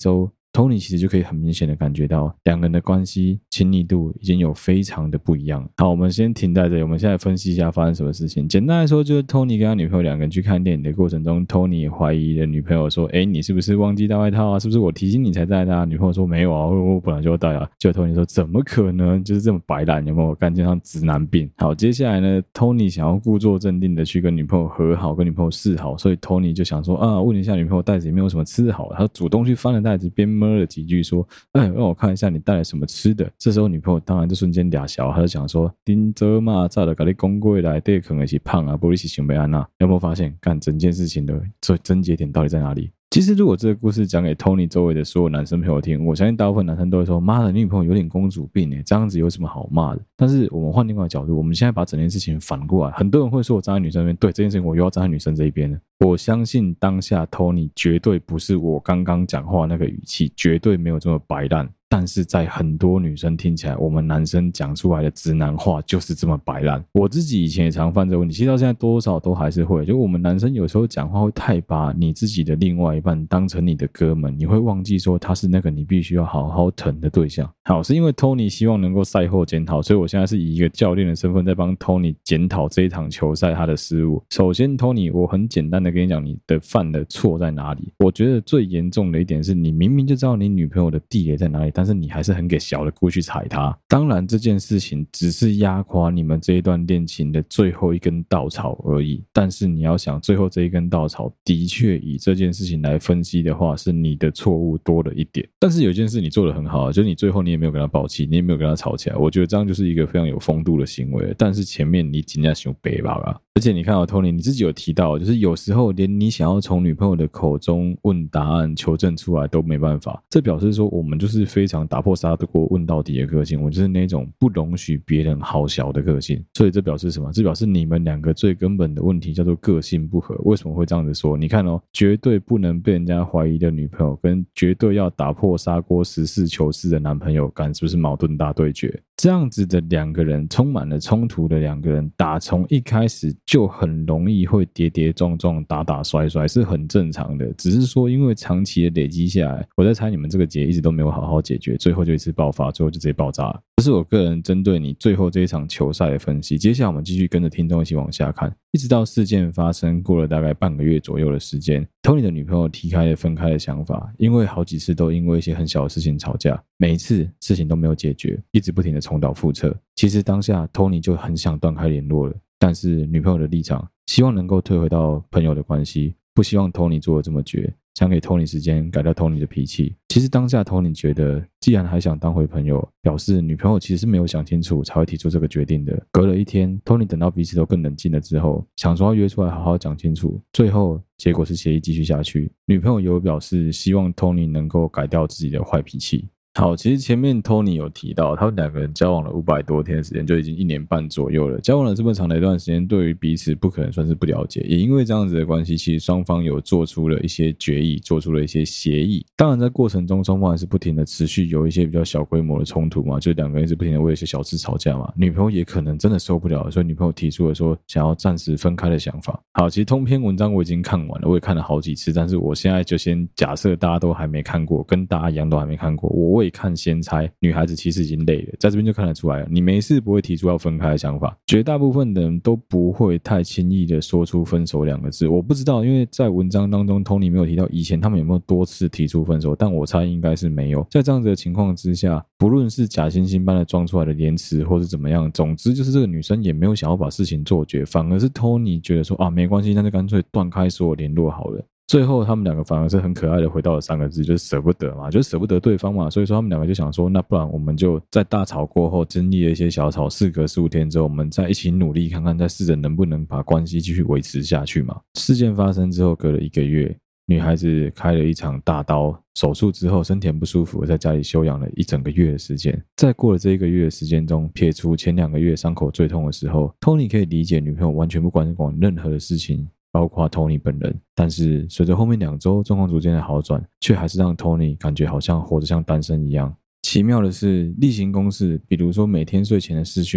Tony 其实就可以很明显的感觉到两个人的关系亲密度已经有非常的不一样了。好，我们先停在这里，我们现在分析一下发生什么事情。简单来说，就是 Tony 跟他女朋友两个人去看电影的过程中， Tony 怀疑的女朋友说，你是不是忘记带外套啊？是不是我提醒你才带的啊？女朋友说没有啊，我本来就要带啊。结果 Tony 说怎么可能，就是这么白烂，有没有干这样直男病？好，接下来呢， Tony 想要故作镇定的去跟女朋友和好，跟女朋友示好，所以 Tony 就想说啊，问一下女朋友袋子里面有什么吃好，他主动去翻了袋子，边摸了几句说，让我看一下你带了什么吃的。这时候女朋友当然就瞬间俩小，她就想说，丁泽嘛，早就跟你讲过来，这可能是胖啊，不是想要安啊。有没有发现，干整件事情的症结点到底在哪里？其实如果这个故事讲给 Tony 周围的所有男生朋友听，我相信大部分男生都会说，妈的，你女朋友有点公主病这样子有什么好骂的？但是我们换另外一个角度，我们现在把整件事情反过来，很多人会说我站在女生这边，对，这件事情我又要站在女生这一边了。我相信当下 Tony 绝对不是我刚刚讲话那个语气，绝对没有这么白烂。但是在很多女生听起来，我们男生讲出来的直男话就是这么白烂。我自己以前也常犯这个问题，其实到现在多少都还是会，就我们男生有时候讲话会太把你自己的另外一半当成你的哥们，你会忘记说他是那个你必须要好好疼的对象。好，是因为 Tony 希望能够赛后检讨，所以我现在是以一个教练的身份在帮 Tony 检讨这一场球赛他的失误。首先 Tony， 我很简单的跟你讲你的犯的错在哪里。我觉得最严重的一点是，你明明就知道你女朋友的地雷在哪里，但是你还是很给小的过去踩她。当然这件事情只是压垮你们这一段恋情的最后一根稻草而已，但是你要想，最后这一根稻草的确以这件事情来分析的话，是你的错误多了一点。但是有一件事你做得很好，就是你最后你也没有跟他爆气，你也没有跟他吵起来，我觉得这样就是一个非常有风度的行为。但是前面你真的太白目了。而且你看到 Tony 你自己有提到，就是有时候连你想要从女朋友的口中问答案求证出来都没办法，这表示说我们就是非常打破砂锅问到底的个性，我就是那种不容许别人好小的个性。所以这表示什么？这表示你们两个最根本的问题叫做个性不合。为什么会这样子说？你看绝对不能被人家怀疑的女朋友跟绝对要打破砂锅实事求是的男朋友，干是不是矛盾大对决？这样子的两个人，充满了冲突的两个人，打从一开始就很容易会跌跌撞撞、打打摔摔，是很正常的。只是说因为长期的累积下来，我在猜你们这个结一直都没有好好解决，最后就一次爆发，最后就直接爆炸了。这是我个人针对你最后这一场球赛的分析。接下来我们继续跟着听众一起往下看，一直到事件发生过了大概半个月左右的时间， Tony 的女朋友提开了分开的想法，因为好几次都因为一些很小的事情吵架，每一次事情都没有解决，一直不停的重蹈覆辙。其实当下 Tony 就很想断开联络了，但是女朋友的立场希望能够退回到朋友的关系，不希望 Tony 做得这么绝，想给 Tony 时间改掉 Tony 的脾气。其实当下 Tony 觉得既然还想当回朋友，表示女朋友其实是没有想清楚才会提出这个决定的。隔了一天， Tony 等到彼此都更冷静了之后，想说要约出来好好讲清楚，最后结果是协议继续下去。女朋友有表示希望 Tony 能够改掉自己的坏脾气。好，其实前面 Tony 有提到，他们两个人交往了500多天的时间，就已经1年半左右了。交往了这么长的一段时间，对于彼此不可能算是不了解，也因为这样子的关系，其实双方有做出了一些决议，做出了一些协议。当然在过程中，双方还是不停的持续有一些比较小规模的冲突嘛，就两个人一直不停的为一些小事吵架嘛。女朋友也可能真的受不了，所以女朋友提出了说想要暂时分开的想法。好，其实通篇文章我已经看完了，我也看了好几次，但是我现在就先假设大家都还没看过，跟大家一样都还没看过，我未看先猜，女孩子其实已经累了，在这边就看得出来了，你没事不会提出要分开的想法，绝大部分的人都不会太轻易的说出分手2个字。我不知道，因为在文章当中 Tony 没有提到以前他们有没有多次提出分手，但我猜应该是没有。在这样子的情况之下，不论是假惺惺般的装出来的言辞或是怎么样，总之就是这个女生也没有想要把事情做绝，反而是 Tony 觉得说啊没关系，那就干脆断开所有联络好了。最后他们两个反而是很可爱的回到了3个字，就是舍不得嘛，就是舍不得对方嘛。所以说他们两个就想说，那不然我们就在大吵过后经历了一些小吵，事隔15天之后，我们再一起努力看看，再试着能不能把关系继续维持下去嘛。事件发生之后隔了1个月，女孩子开了一场大刀手术之后，身体很不舒服，在家里休养了1整个月的时间。在过了这1个月的时间中，撇除前2个月伤口最痛的时候， Tony 可以理解女朋友完全不管任何的事情，包括 Tony 本人。但是随着后面2周状况逐渐的好转，却还是让 Tony 感觉好像活得像单身一样。奇妙的是例行公事，比如说每天睡前的视讯，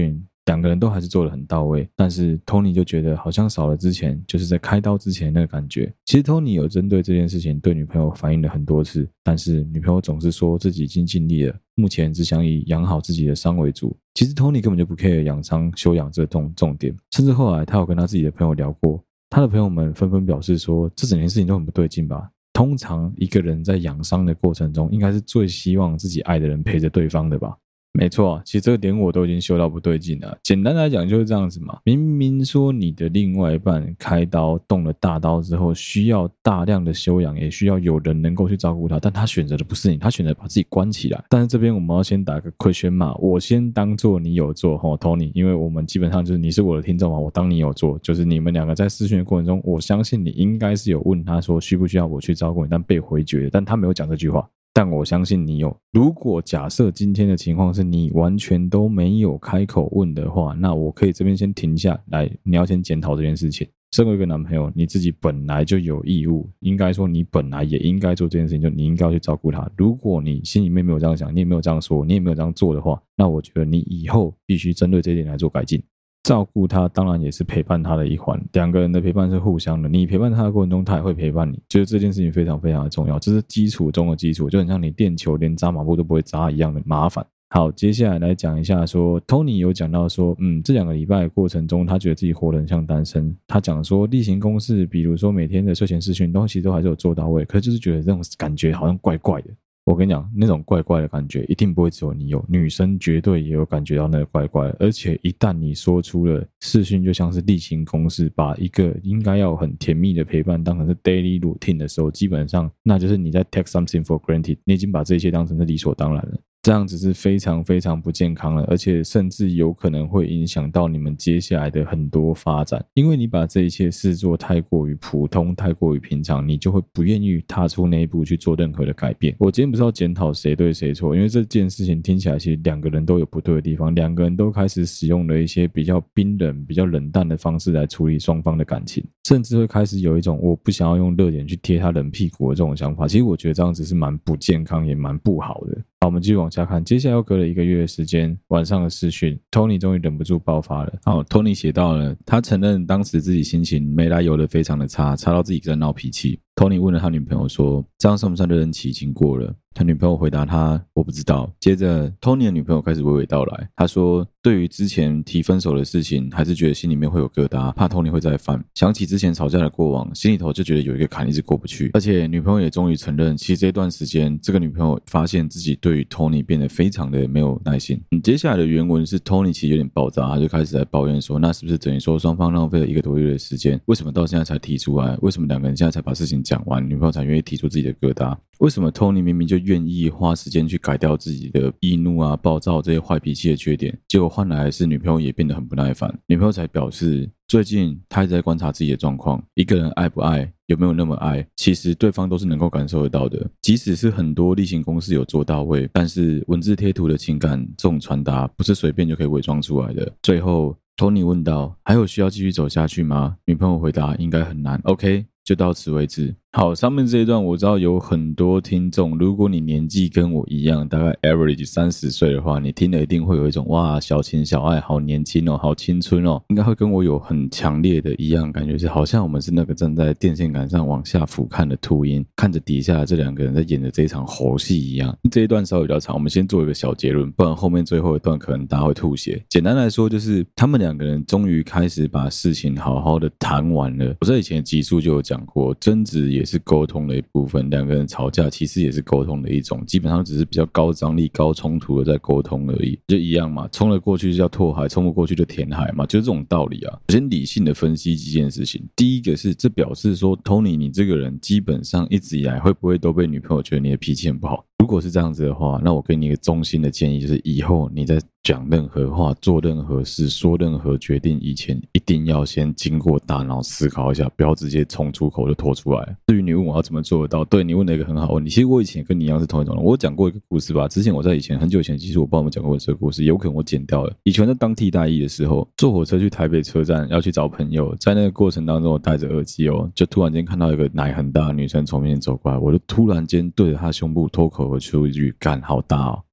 两个人都还是做得很到位，但是 Tony 就觉得好像少了之前就是在开刀之前那个感觉。其实 Tony 有针对这件事情对女朋友反映了很多次，但是女朋友总是说自己已经尽力了，目前只想以养好自己的伤为主。其实 Tony 根本就不 care 养伤休养这重点，甚至后来他有跟他自己的朋友聊过，他的朋友们纷纷表示说这整件事情都很不对劲吧。通常一个人在养伤的过程中应该是最希望自己爱的人陪着对方的吧。没错，其实这个点我都已经修到不对劲了。简单来讲就是这样子嘛，明明说你的另外一半开刀动了大刀之后需要大量的休养，也需要有人能够去照顾他，但他选择的不是你，他选择把自己关起来。但是这边我们要先打个question mark，我先当做你有做Tony，因为我们基本上就是你是我的听众嘛，我当你有做，就是你们两个在视讯的过程中，我相信你应该是有问他说需不需要我去照顾你，但被回绝，但他没有讲这句话。但我相信你有。如果假设今天的情况是你完全都没有开口问的话，那我可以这边先停下来，你要先检讨这件事情。身为一个男朋友，你自己本来就有义务，应该说你本来也应该做这件事情，就你应该要去照顾他。如果你心里面没有这样想，你也没有这样说，你也没有这样做的话，那我觉得你以后必须针对这一点来做改进。照顾他当然也是陪伴他的一环，两个人的陪伴是互相的，你陪伴他的过程中他也会陪伴你，就是这件事情非常非常的重要，这是基础中的基础，就很像你练球连扎马步都不会扎一样的麻烦。好，接下来讲一下说 Tony 有讲到说这2个礼拜的过程中他觉得自己活得很像单身。他讲说例行公事，比如说每天的睡前视讯其实都还是有做到位，可是就是觉得这种感觉好像怪怪的。我跟你讲，那种怪怪的感觉一定不会只有你有，女生绝对也有感觉到那个怪怪的。而且一旦你说出了视讯就像是例行公事，把一个应该要很甜蜜的陪伴当成是 daily routine 的时候，基本上那就是你在 take something for granted， 你已经把这一切当成是理所当然了。这样子是非常非常不健康了，而且甚至有可能会影响到你们接下来的很多发展，因为你把这一切视作太过于普通，太过于平常，你就会不愿意踏出那一步去做任何的改变。我今天不是要检讨谁对谁错，因为这件事情听起来其实2个人都有不对的地方，2个人都开始使用了一些比较冰冷、比较冷淡的方式来处理双方的感情，甚至会开始有一种我不想要用热点去贴他冷屁股的这种想法。其实我觉得这样子是蛮不健康也蛮不好的。好，我们继续往下看，接下来又隔了1个月的时间，晚上的视讯 Tony 终于忍不住爆发了。好， Tony 写到了他承认当时自己心情没来由的非常的差到自己在闹脾气。Tony 问了他女朋友说这样算不算热恋期已经过了，他女朋友回答他我不知道。接着 Tony 的女朋友开始娓娓道来，他说对于之前提分手的事情还是觉得心里面会有疙瘩，怕 Tony 会再犯，想起之前吵架的过往，心里头就觉得有一个坎一直过不去。而且女朋友也终于承认，其实这段时间这个女朋友发现自己对于 Tony 变得非常的没有耐心。接下来的原文是 Tony 其实有点爆炸，他就开始在抱怨说那是不是等于说双方浪费了1个多月的时间，为什么到现在才提出来，为什么2个人现在才把事情讲完，女朋友才愿意提出自己的疙瘩，为什么 Tony 明明就愿意花时间去改掉自己的易怒啊、暴躁这些坏脾气的缺点，结果换来的是女朋友也变得很不耐烦。女朋友才表示最近她一直在观察自己的状况，一个人爱不爱，有没有那么爱，其实对方都是能够感受得到的。即使是很多例行公事有做到位，但是文字贴图的情感这种传达不是随便就可以伪装出来的。最后 Tony 问到还有需要继续走下去吗？女朋友回答应该很难。 OK， 就到此为止。好，上面这一段我知道有很多听众，如果你年纪跟我一样，大概 average 30岁的话，你听了一定会有一种哇，小情小爱，好年轻哦，好青春哦，应该会跟我有很强烈的一样感觉，是好像我们是那个站在电线杆上往下俯瞰的秃鹰，看着底下这2个人在演的这一场猴戏一样。这一段稍微比较长，我们先做一个小结论，不然后面最后一段可能大家会吐血。简单来说就是他们2个人终于开始把事情好好的谈完了。我在以前的集数就有讲过，争执也是沟通的一部分，2个人吵架其实也是沟通的一种，基本上只是比较高张力、高冲突的在沟通而已，就一样嘛，冲了过去就叫拓海，冲不过去就填海嘛，就是这种道理啊。我先理性的分析几件事情，第一个是这表示说 Tony 你这个人基本上一直以来会不会都被女朋友觉得你的脾气很不好？如果是这样子的话，那我给你一个衷心的建议，就是以后你在讲任何话、做任何事、说任何决定以前，一定要先经过大脑思考一下，不要直接冲出口就拖出来。至于你问我要怎么做得到，对，你问了一个很好的问题。其实我以前跟你一样是同一种人，我讲过一个故事吧，之前我在以前很久以前，其实我不知道有没有讲过这个故事，有可能我剪掉了。以前在当替代役的时候，坐火车去台北车站要去找朋友，在那个过程当中我戴着耳机哦，就突然间看到一个奶很大的女生从面前走过来，我就突然间对着她胸部脱口而出一句干好大哦。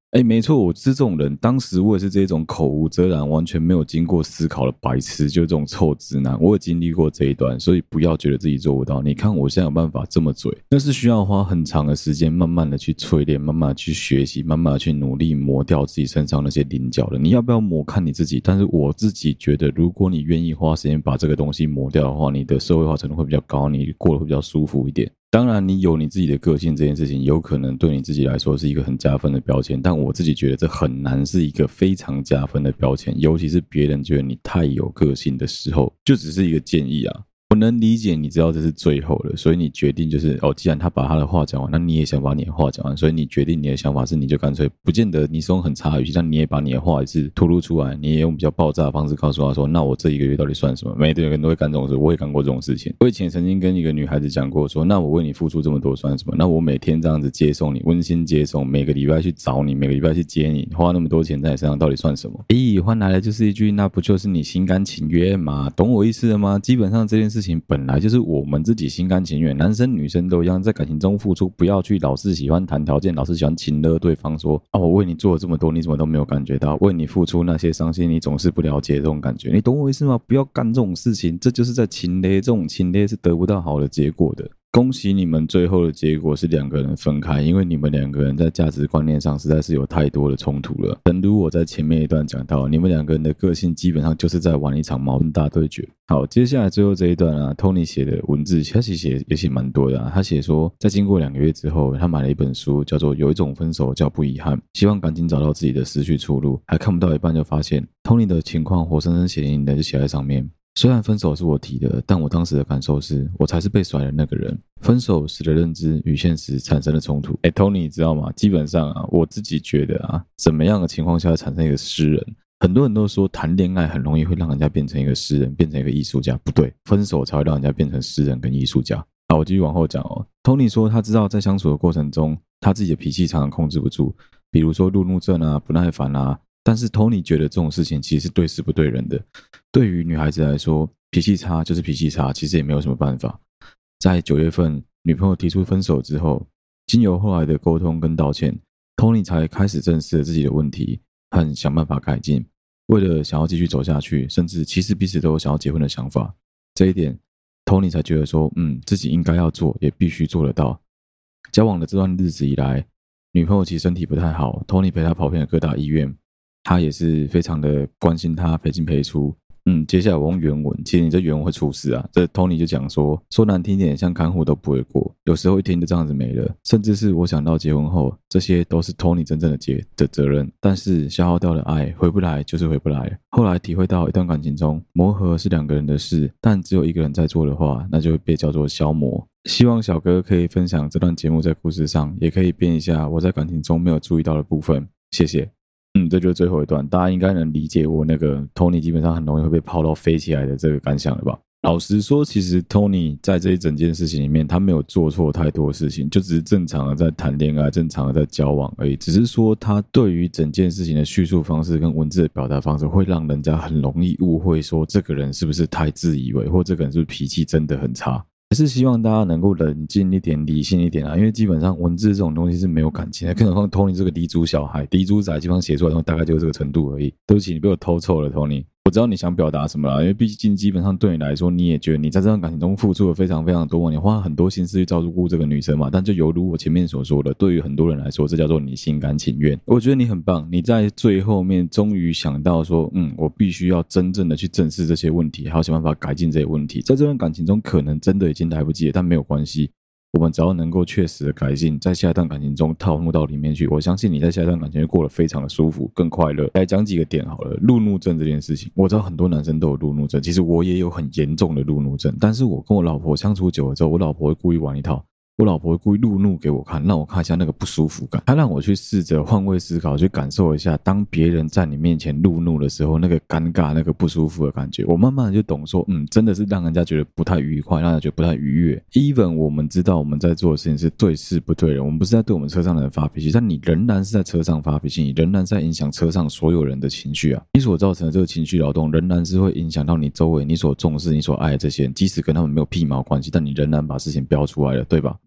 没错，我是这种人。当时我也是这种口无遮拦、完全没有经过思考的白痴，就这种臭直男。我也经历过这一段，所以不要觉得自己做不到。你看我现在有办法这么嘴，那是需要花很长的时间，慢慢的去淬炼，慢慢的去学习，慢慢的去努力磨掉自己身上那些棱角的。你要不要磨，看你自己。但是我自己觉得，如果你愿意花时间把这个东西磨掉的话，你的社会化程度会比较高，你过得会比较舒服一点。当然，你有你自己的个性这件事情，有可能对你自己来说是一个很加分的标签，但我自己觉得这很难是一个非常加分的标签，尤其是别人觉得你太有个性的时候，就只是一个建议啊。我能理解，你知道这是最后了，所以你决定就是既然他把他的话讲完，那你也想把你的话讲完，所以你决定你的想法是，你就干脆不见得你是用很差的语气，但你也把你的话一次吐露出来，你也用比较爆炸的方式告诉他说，那我这一个月到底算什么？每个人都会干这种事，我也干过这种事情。我以前曾经跟一个女孩子讲过说，那我为你付出这么多算什么？那我每天这样子接送你，温馨接送，每个礼拜去找你，每个礼拜去接你，花那么多钱在你身上到底算什么？换来的就是一句，那不就是你心甘情愿吗？懂我意思了吗？基本上这件事情本来就是我们自己心甘情愿，男生女生都一样，在感情中付出，不要去老是喜欢谈条件，老是喜欢情勒对方说我为你做了这么多，你怎么都没有感觉到？为你付出那些伤心，你总是不了解这种感觉，你懂我意思吗？不要干这种事情，这就是在情勒，这种情勒是得不到好的结果的。恭喜你们，最后的结果是两个人分开，因为你们两个人在价值观念上实在是有太多的冲突了。正如我在前面一段讲到，你们两个人的个性基本上就是在玩一场矛盾大对决。好，接下来最后这一段啊 ，Tony 写的文字，他其实也写蛮多的啊。他写说，在经过2个月之后，他买了一本书，叫做《有一种分手叫不遗憾》，希望赶紧找到自己的失去出路。还看不到一半就发现 Tony 的情况活生生血淋淋的就写在上面。虽然分手是我提的，但我当时的感受是，我才是被甩的那个人。分手时的认知与现实产生了冲突。Tony 你知道吗？基本上啊，我自己觉得啊，怎么样的情况下产生一个诗人？很多人都说谈恋爱很容易会让人家变成一个诗人，变成一个艺术家。不对，分手才会让人家变成诗人跟艺术家。好，我继续往后讲哦。Tony 说他知道在相处的过程中，他自己的脾气常常控制不住，比如说路怒症啊、不耐烦啊。但是 Tony 觉得这种事情其实是对事不对人的。对于女孩子来说，脾气差就是脾气差，其实也没有什么办法。在9月份，女朋友提出分手之后，经由后来的沟通跟道歉， Tony 才开始正视了自己的问题和想办法改进。为了想要继续走下去，甚至其实彼此都有想要结婚的想法，这一点 Tony 才觉得说自己应该要做，也必须做得到。交往的这段日子以来，女朋友其实身体不太好， Tony 陪她跑遍了各大医院，他也是非常的关心她，陪进陪出。接下来我用原文，其实你这原文会出事啊。这 Tony 就讲说难听点，像看护都不会过，有时候一天就这样子没了，甚至是我想到结婚后，这些都是 Tony 真正的责任。但是消耗掉的爱回不来就是回不来。后来体会到一段感情中，磨合是2个人的事，但只有一个人在做的话，那就会被叫做消磨。希望小哥可以分享这段节目在故事上，也可以编一下我在感情中没有注意到的部分，谢谢。这就是最后一段，大家应该能理解我那个 Tony 基本上很容易会被抛到飞起来的这个感想了吧。老实说，其实 Tony 在这一整件事情里面，他没有做错太多事情，就只是正常的在谈恋爱，正常的在交往而已。只是说他对于整件事情的叙述方式跟文字的表达方式，会让人家很容易误会说这个人是不是太自以为，或这个人是不是脾气真的很差。还是希望大家能够冷静一点，理性一点啊，因为基本上文字这种东西是没有感情的，更何况 Tony 这个黎族小孩、黎族仔，基本上写出来的大概就是这个程度而已。对不起，你被我偷臭了 Tony。我知道你想表达什么啦，因为毕竟基本上对你来说，你也觉得你在这段感情中付出了非常非常多，你花了很多心思去照顾这个女生嘛。但就犹如我前面所说的，对于很多人来说，这叫做你心甘情愿。我觉得你很棒，你在最后面终于想到说，我必须要真正的去正视这些问题，还要想办法改进这些问题。在这段感情中，可能真的已经来不及了，但没有关系。我们只要能够确实的改进，在下一段感情中套入到里面去，我相信你在下一段感情会过得非常的舒服，更快乐。来讲几个点好了，路怒症这件事情，我知道很多男生都有路怒症，其实我也有很严重的路怒症，但是我跟我老婆相处久了之后，我老婆会故意玩一套。我老婆会故意路怒给我看，让我看一下那个不舒服感。她让我去试着换位思考，去感受一下，当别人在你面前路怒的时候，那个尴尬、那个不舒服的感觉。我慢慢的就懂说，真的是让人家觉得不太愉快，让人家觉得不太愉悦。even 我们知道我们在做的事情是对事不对人，我们不是在对我们车上的人发脾气，但你仍然是在车上发脾气，你仍然在影响车上所有人的情绪啊。你所造成的这个情绪劳动，仍然是会影响到你周围你所重视、你所爱的这些人，即使跟他们没有屁毛关系，但你仍然把事情标出来了，对吧？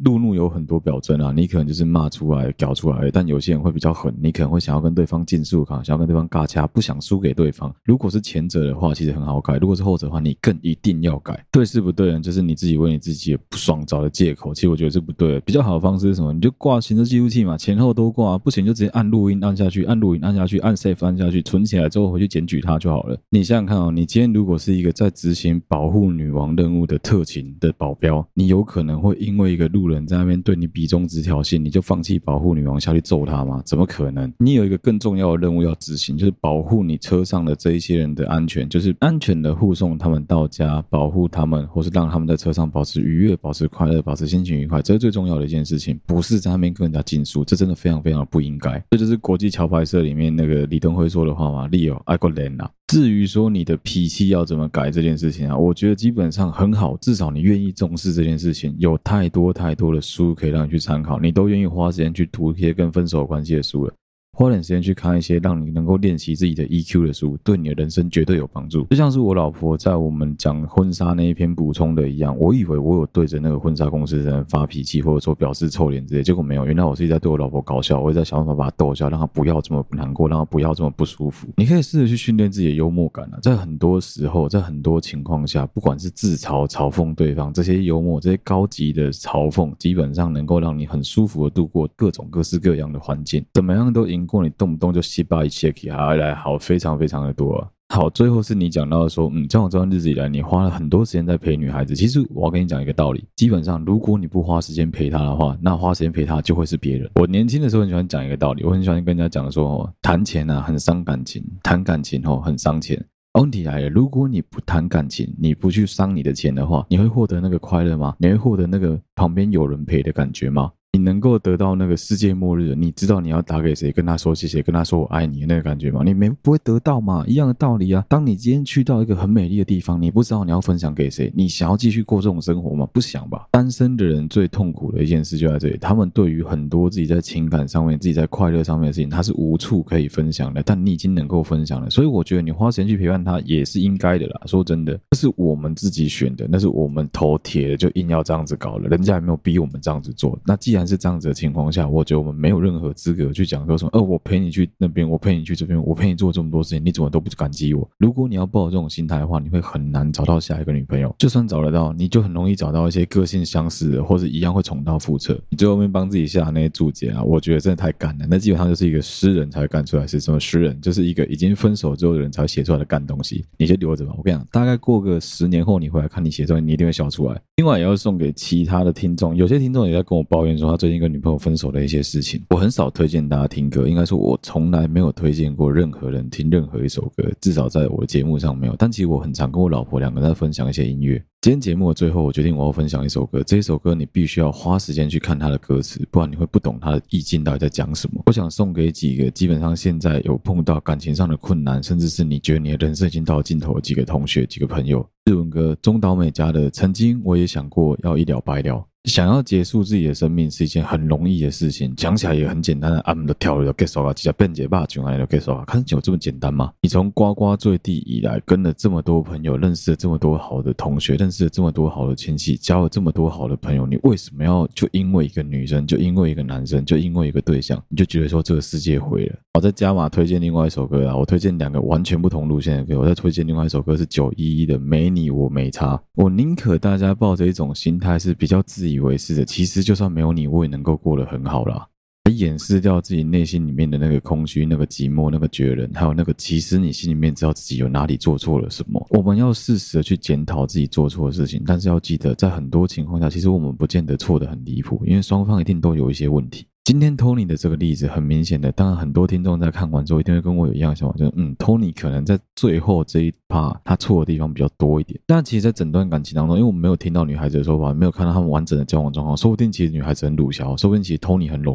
路怒有很多表征啊，你可能就是骂出来搞出来，但有些人会比较狠，你可能会想要跟对方竞速想要跟对方尬掐，不想输给对方。如果是前者的话其实很好改，如果是后者的话你更一定要改。对事不对人就是你自己为你自己的不爽找的借口，其实我觉得是不对的。比较好的方式是什么？你就挂行车记录器嘛，前后都挂，不行就直接按录音按下去，按录影按下去，按 save 按下去，存起来之后回去检举它就好了。你想想看哦，你今天如果是一个在执行保护女王任务的特勤的保镖，你有可能会因为一个路人在那边对你比中指挑衅，你就放弃保护女王下去揍他吗？怎么可能？你有一个更重要的任务要执行，就是保护你车上的这一些人的安全，就是安全的护送他们到家，保护他们，或是让他们在车上保持愉悦，保持快乐，保持心情愉快，这是最重要的一件事情，不是在那边跟人家竞速，这真的非常非常的不应该。这就是国际桥牌社里面那个李登辉说的话嘛，你有爱过人啊。至于说你的脾气要怎么改这件事情啊，我觉得基本上很好，至少你愿意重视这件事情，有太多太多的书可以让你去参考，你都愿意花时间去读一些跟分手有关系的书了。花点时间去看一些让你能够练习自己的 EQ 的书，对你的人生绝对有帮助。就像是我老婆在我们讲婚纱那一篇补充的一样，我以为我有对着那个婚纱公司的人发脾气，或者说表示臭脸之类，结果没有。原来我是一直在对我老婆搞笑，我一直在想办法把她逗笑，让她不要这么难过，让她不要这么不舒服。你可以试着去训练自己的幽默感啊，在很多时候，在很多情况下，不管是自嘲、嘲讽对方，这些幽默、这些高级的嘲讽，基本上能够让你很舒服的度过各种各式各样的环境，怎么样都赢过你动不动就西巴一切起来好非常非常的多啊。好，最后是你讲到说，交往这段日子以来，你花了很多时间在陪女孩子。其实我要跟你讲一个道理，基本上如果你不花时间陪她的话，那花时间陪她就会是别人。我年轻的时候很喜欢讲一个道理，我很喜欢跟人家讲说，谈钱啊很伤感情，谈感情很伤钱。问题来了，如果你不谈感情，你不去伤你的钱的话，你会获得那个快乐吗？你会获得那个旁边有人陪的感觉吗？你能够得到那个世界末日，你知道你要打给谁，跟他说谢谢，跟他说我爱你的那个感觉吗？你不会得到嘛？一样的道理啊。当你今天去到一个很美丽的地方，你不知道你要分享给谁，你想要继续过这种生活吗？不想吧。单身的人最痛苦的一件事就在这里，他们对于很多自己在情感上面、自己在快乐上面的事情，他是无处可以分享的，但你已经能够分享了，所以我觉得你花时间去陪伴他也是应该的啦。说真的，这是我们自己选的，那是我们头铁的，就硬要这样子搞了，人家也没有逼我们这样子做。那既然是这样子的情况下，我觉得我们没有任何资格去讲说什么，我陪你去那边，我陪你去这边，我陪你做这么多事情，你怎么都不感激我？如果你要抱这种心态的话，你会很难找到下一个女朋友。就算找得到，你就很容易找到一些个性相似的，或者一样会重蹈覆辙。你最后面帮自己下那些注解啊，我觉得真的太干了。那基本上就是一个诗人才会干出来，是什么诗人？就是一个已经分手之后的人才会写出来的干东西。你先留着吧，我跟你讲，大概过个10年后，你回来看你写出来，你一定会笑出来。另外也要送给其他的听众，有些听众也在跟我抱怨说他最近跟女朋友分手的一些事情。我很少推荐大家听歌，应该说我从来没有推荐过任何人听任何一首歌，至少在我的节目上没有。但其实我很常跟我老婆两个人在分享一些音乐。今天节目的最后，我决定我要分享一首歌。这一首歌你必须要花时间去看它的歌词，不然你会不懂它的意境到底在讲什么。我想送给几个基本上现在有碰到感情上的困难，甚至是你觉得你的人生已经到了尽头的几个同学、几个朋友。日文歌中岛美嘉的《曾经我也想过要一了百了》。想要结束自己的生命是一件很容易的事情，讲起来也很简单的，按就跳了就结束了，直接变结霸就就结束了。看有这么简单吗？你从呱呱坠地以来，跟了这么多朋友，认识了这么多好的同学，认识了这么多好的亲戚，交了这么多好的朋友，你为什么要就因为一个女生，就因为一个男生，就因为一个对象，你就觉得说这个世界毁了？我再加码推荐另外一首歌啊，我推荐2个完全不同路线的歌。我再推荐另外一首歌是911的《没你我没差》。我宁可大家抱着一种心态是比较自以为是的，其实就算没有你，我也能够过得很好啦。来掩饰掉自己内心里面的那个空虚、那个寂寞、那个绝人，还有那个其实你心里面知道自己有哪里做错了什么。我们要适时的去检讨自己做错的事情，但是要记得，在很多情况下，其实我们不见得错得很离谱，因为双方一定都有一些问题。今天 Tony 的这个例子很明显的，当然很多听众在看完之后一定会跟我有一样的想法，就是Tony 可能在最后这一 part 他错的地方比较多一点。但其实在整段感情当中，因为我们没有听到女孩子的说法，没有看到他们完整的交往状况，说不定其实女孩子很鲁小，说不定其实 Tony 很容忍。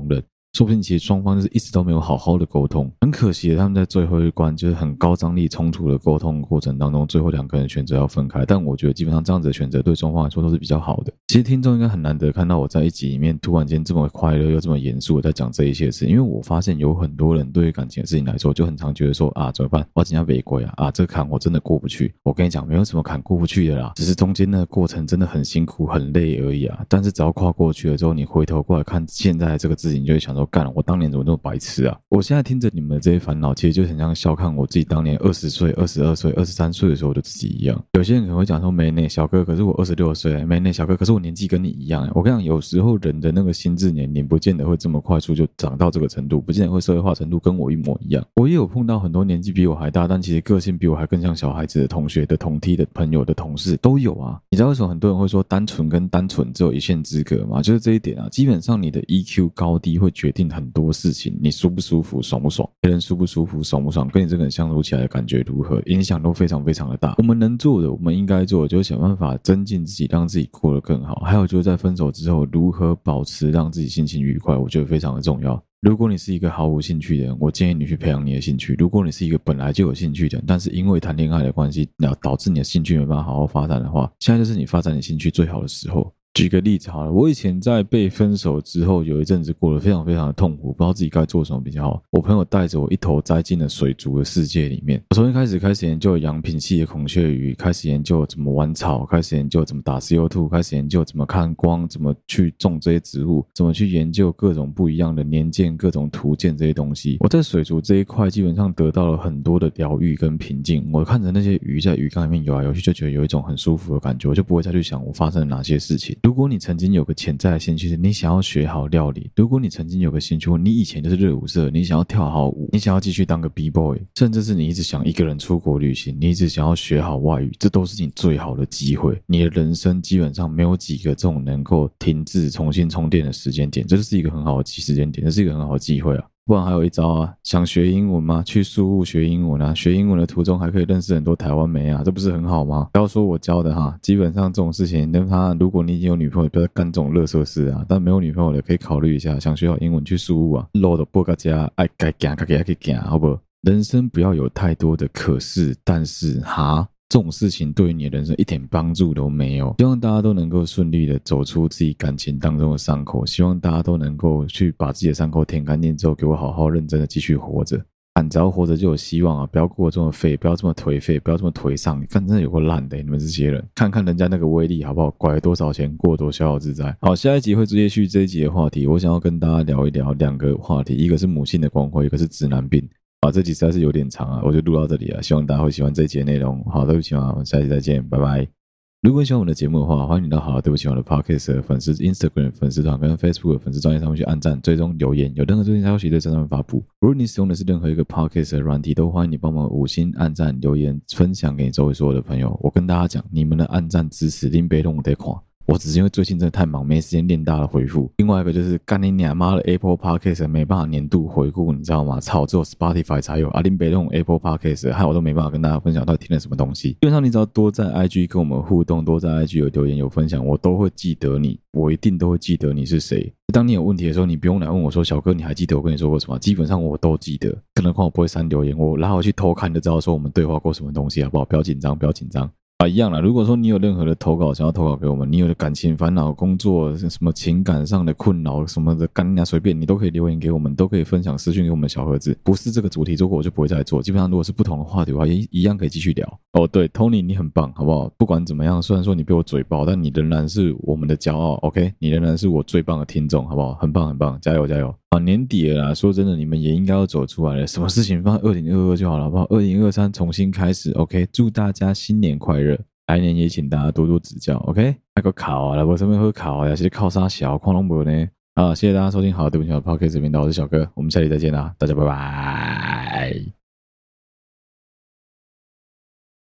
说不定其实双方就是一直都没有好好的沟通。很可惜的，他们在最后一关就是很高张力冲突的沟通过程当中，最后2个人选择要分开。但我觉得基本上这样子的选择对双方来说都是比较好的。其实听众应该很难得看到我在一集里面突然间这么快乐又这么严肃的在讲这一些事，因为我发现有很多人对于感情的事情来说就很常觉得说怎么办，我今天违规这个坎我真的过不去。我跟你讲，没有什么坎过不去的啦，只是中间那个过程真的很辛苦很累而已但是只要跨过去了之后，你回头过来看现在这个自己，你就会想说，干，我当年怎么那么白痴啊。我现在听着你们的这些烦恼，其实就很像笑看我自己当年20岁22岁23岁的时候的自己一样。有些人可能会讲说，没内小哥，可是我26岁，没内小哥，可是我年纪跟你一样。我跟你讲，有时候人的那个心智年龄不见得会这么快速就长到这个程度，不见得会社会化程度跟我一模一样。我也有碰到很多年纪比我还大，但其实个性比我还更像小孩子的同学的同梯的朋友的同事都有啊。你知道为什么很多人会说单纯跟单纯只有一线之隔吗？就是这一点基本上你的 EQ 高低会决定很多事情，你舒不舒服爽不爽，别人舒不舒服爽不爽，跟你这个人相处起来的感觉如何，影响都非常非常的大。我们能做的，我们应该做的就是想办法增进自己，让自己过得更好。还有就是在分手之后如何保持让自己心情愉快，我觉得非常的重要。如果你是一个毫无兴趣的人，我建议你去培养你的兴趣。如果你是一个本来就有兴趣的人，但是因为谈恋爱的关系导致你的兴趣没办法好好发展的话，现在就是你发展你兴趣最好的时候。举个例子好了，我以前在被分手之后有一阵子过得非常非常的痛苦，不知道自己该做什么比较好。我朋友带着我一头栽进了水族的世界里面。我从一开始研究养品系的孔雀鱼，开始研究怎么玩草，开始研究怎么打 CO2， 开始研究怎么看光，怎么去种这些植物，怎么去研究各种不一样的年鉴、各种图鉴这些东西。我在水族这一块基本上得到了很多的疗愈跟平静。我看着那些鱼在鱼缸里面游来游去，就觉得有一种很舒服的感觉，我就不会再去想我发生了哪些事情。如果你曾经有个潜在的兴趣是你想要学好料理，如果你曾经有个兴趣你以前就是热舞社，你想要跳好舞，你想要继续当个 B-boy， 甚至是你一直想一个人出国旅行，你一直想要学好外语，这都是你最好的机会。你的人生基本上没有几个这种能够停滞重新充电的时间点，这就是一个很好的时间点，这是一个很好的机会不然还有一招想学英文吗？去宿务学英文学英文的途中还可以认识很多台湾妹这不是很好吗？不要说我教的基本上这种事情，如果你已经有女朋友，不要干这种垃圾事但没有女朋友的可以考虑一下，想学好英文去宿务路都不到家，爱该行该去行，好不好？人生不要有太多的可是但是这种事情对于你的人生一点帮助都没有。希望大家都能够顺利的走出自己感情当中的伤口，希望大家都能够去把自己的伤口舔干净之后，给我好好认真的继续活着。只要活着就有希望不要过这么废，不要这么颓废，不要这么颓丧。你看真的有够烂的你们这些人，看看人家那个威力好不好，拐了多少钱，过多逍遥自在。好，下一集会直接续这一集的话题，我想要跟大家聊一聊2个话题，一个是母性的光辉，一个是直男病。这集实在是有点长我就录到这里希望大家会喜欢这一集的内容。好，对不起我们下期再见，拜拜。如果你喜欢我们的节目的话，欢迎你到好对不起我的 Podcast 的粉丝 Instagram 粉丝团跟 Facebook 的粉丝专页上面去按赞、追踪、留言，有任何最新消息在上面发布。如果你使用的是任何一个 Podcast 的软体，都欢迎你帮忙5星按赞、留言、分享给你周围所有的朋友。我跟大家讲，你们的按赞支持林北龙得看。我只是因为最近真的太忙，没时间练大的回复。另外一个就是干你娘妈的 Apple Podcast 没办法年度回顾，你知道吗？操，只有 Spotify 才有林北那种 Apple Podcast 害我都没办法跟大家分享到底听了什么东西。基本上你只要多在 IG 跟我们互动，多在 IG 有留言有分享，我都会记得你，我一定都会记得你是谁。当你有问题的时候，你不用来问我说小哥你还记得我跟你说过什么，基本上我都记得。更何况我不会删留言，我拉回去偷看就知道说我们对话过什么东西，好不好？不要紧张，不要紧张。一样啦，如果说你有任何的投稿想要投稿给我们，你有的感情烦恼、工作什么情感上的困扰什么的，干随便你都可以留言给我们，都可以分享私讯给我们小盒子。不是这个主题如果我就不会再做，基本上如果是不同的话题的话，也一样可以继续聊。对 Tony 你很棒好不好？不管怎么样，虽然说你被我嘴爆，但你仍然是我们的骄傲 OK， 你仍然是我最棒的听众好不好？很棒很棒，加油加油。年底了啦，说真的你们也应该要走出来了，什么事情放2022就好了好不好？2023重新开始 OK， 祝大家新年快乐，来年也请大家多多指教 OK。 那个考来我身边喝考其实靠啥小看都没呢。好，谢谢大家收听好对不起我的 Podcast 频道，我是小哥，我们下期再见啦，大家拜拜。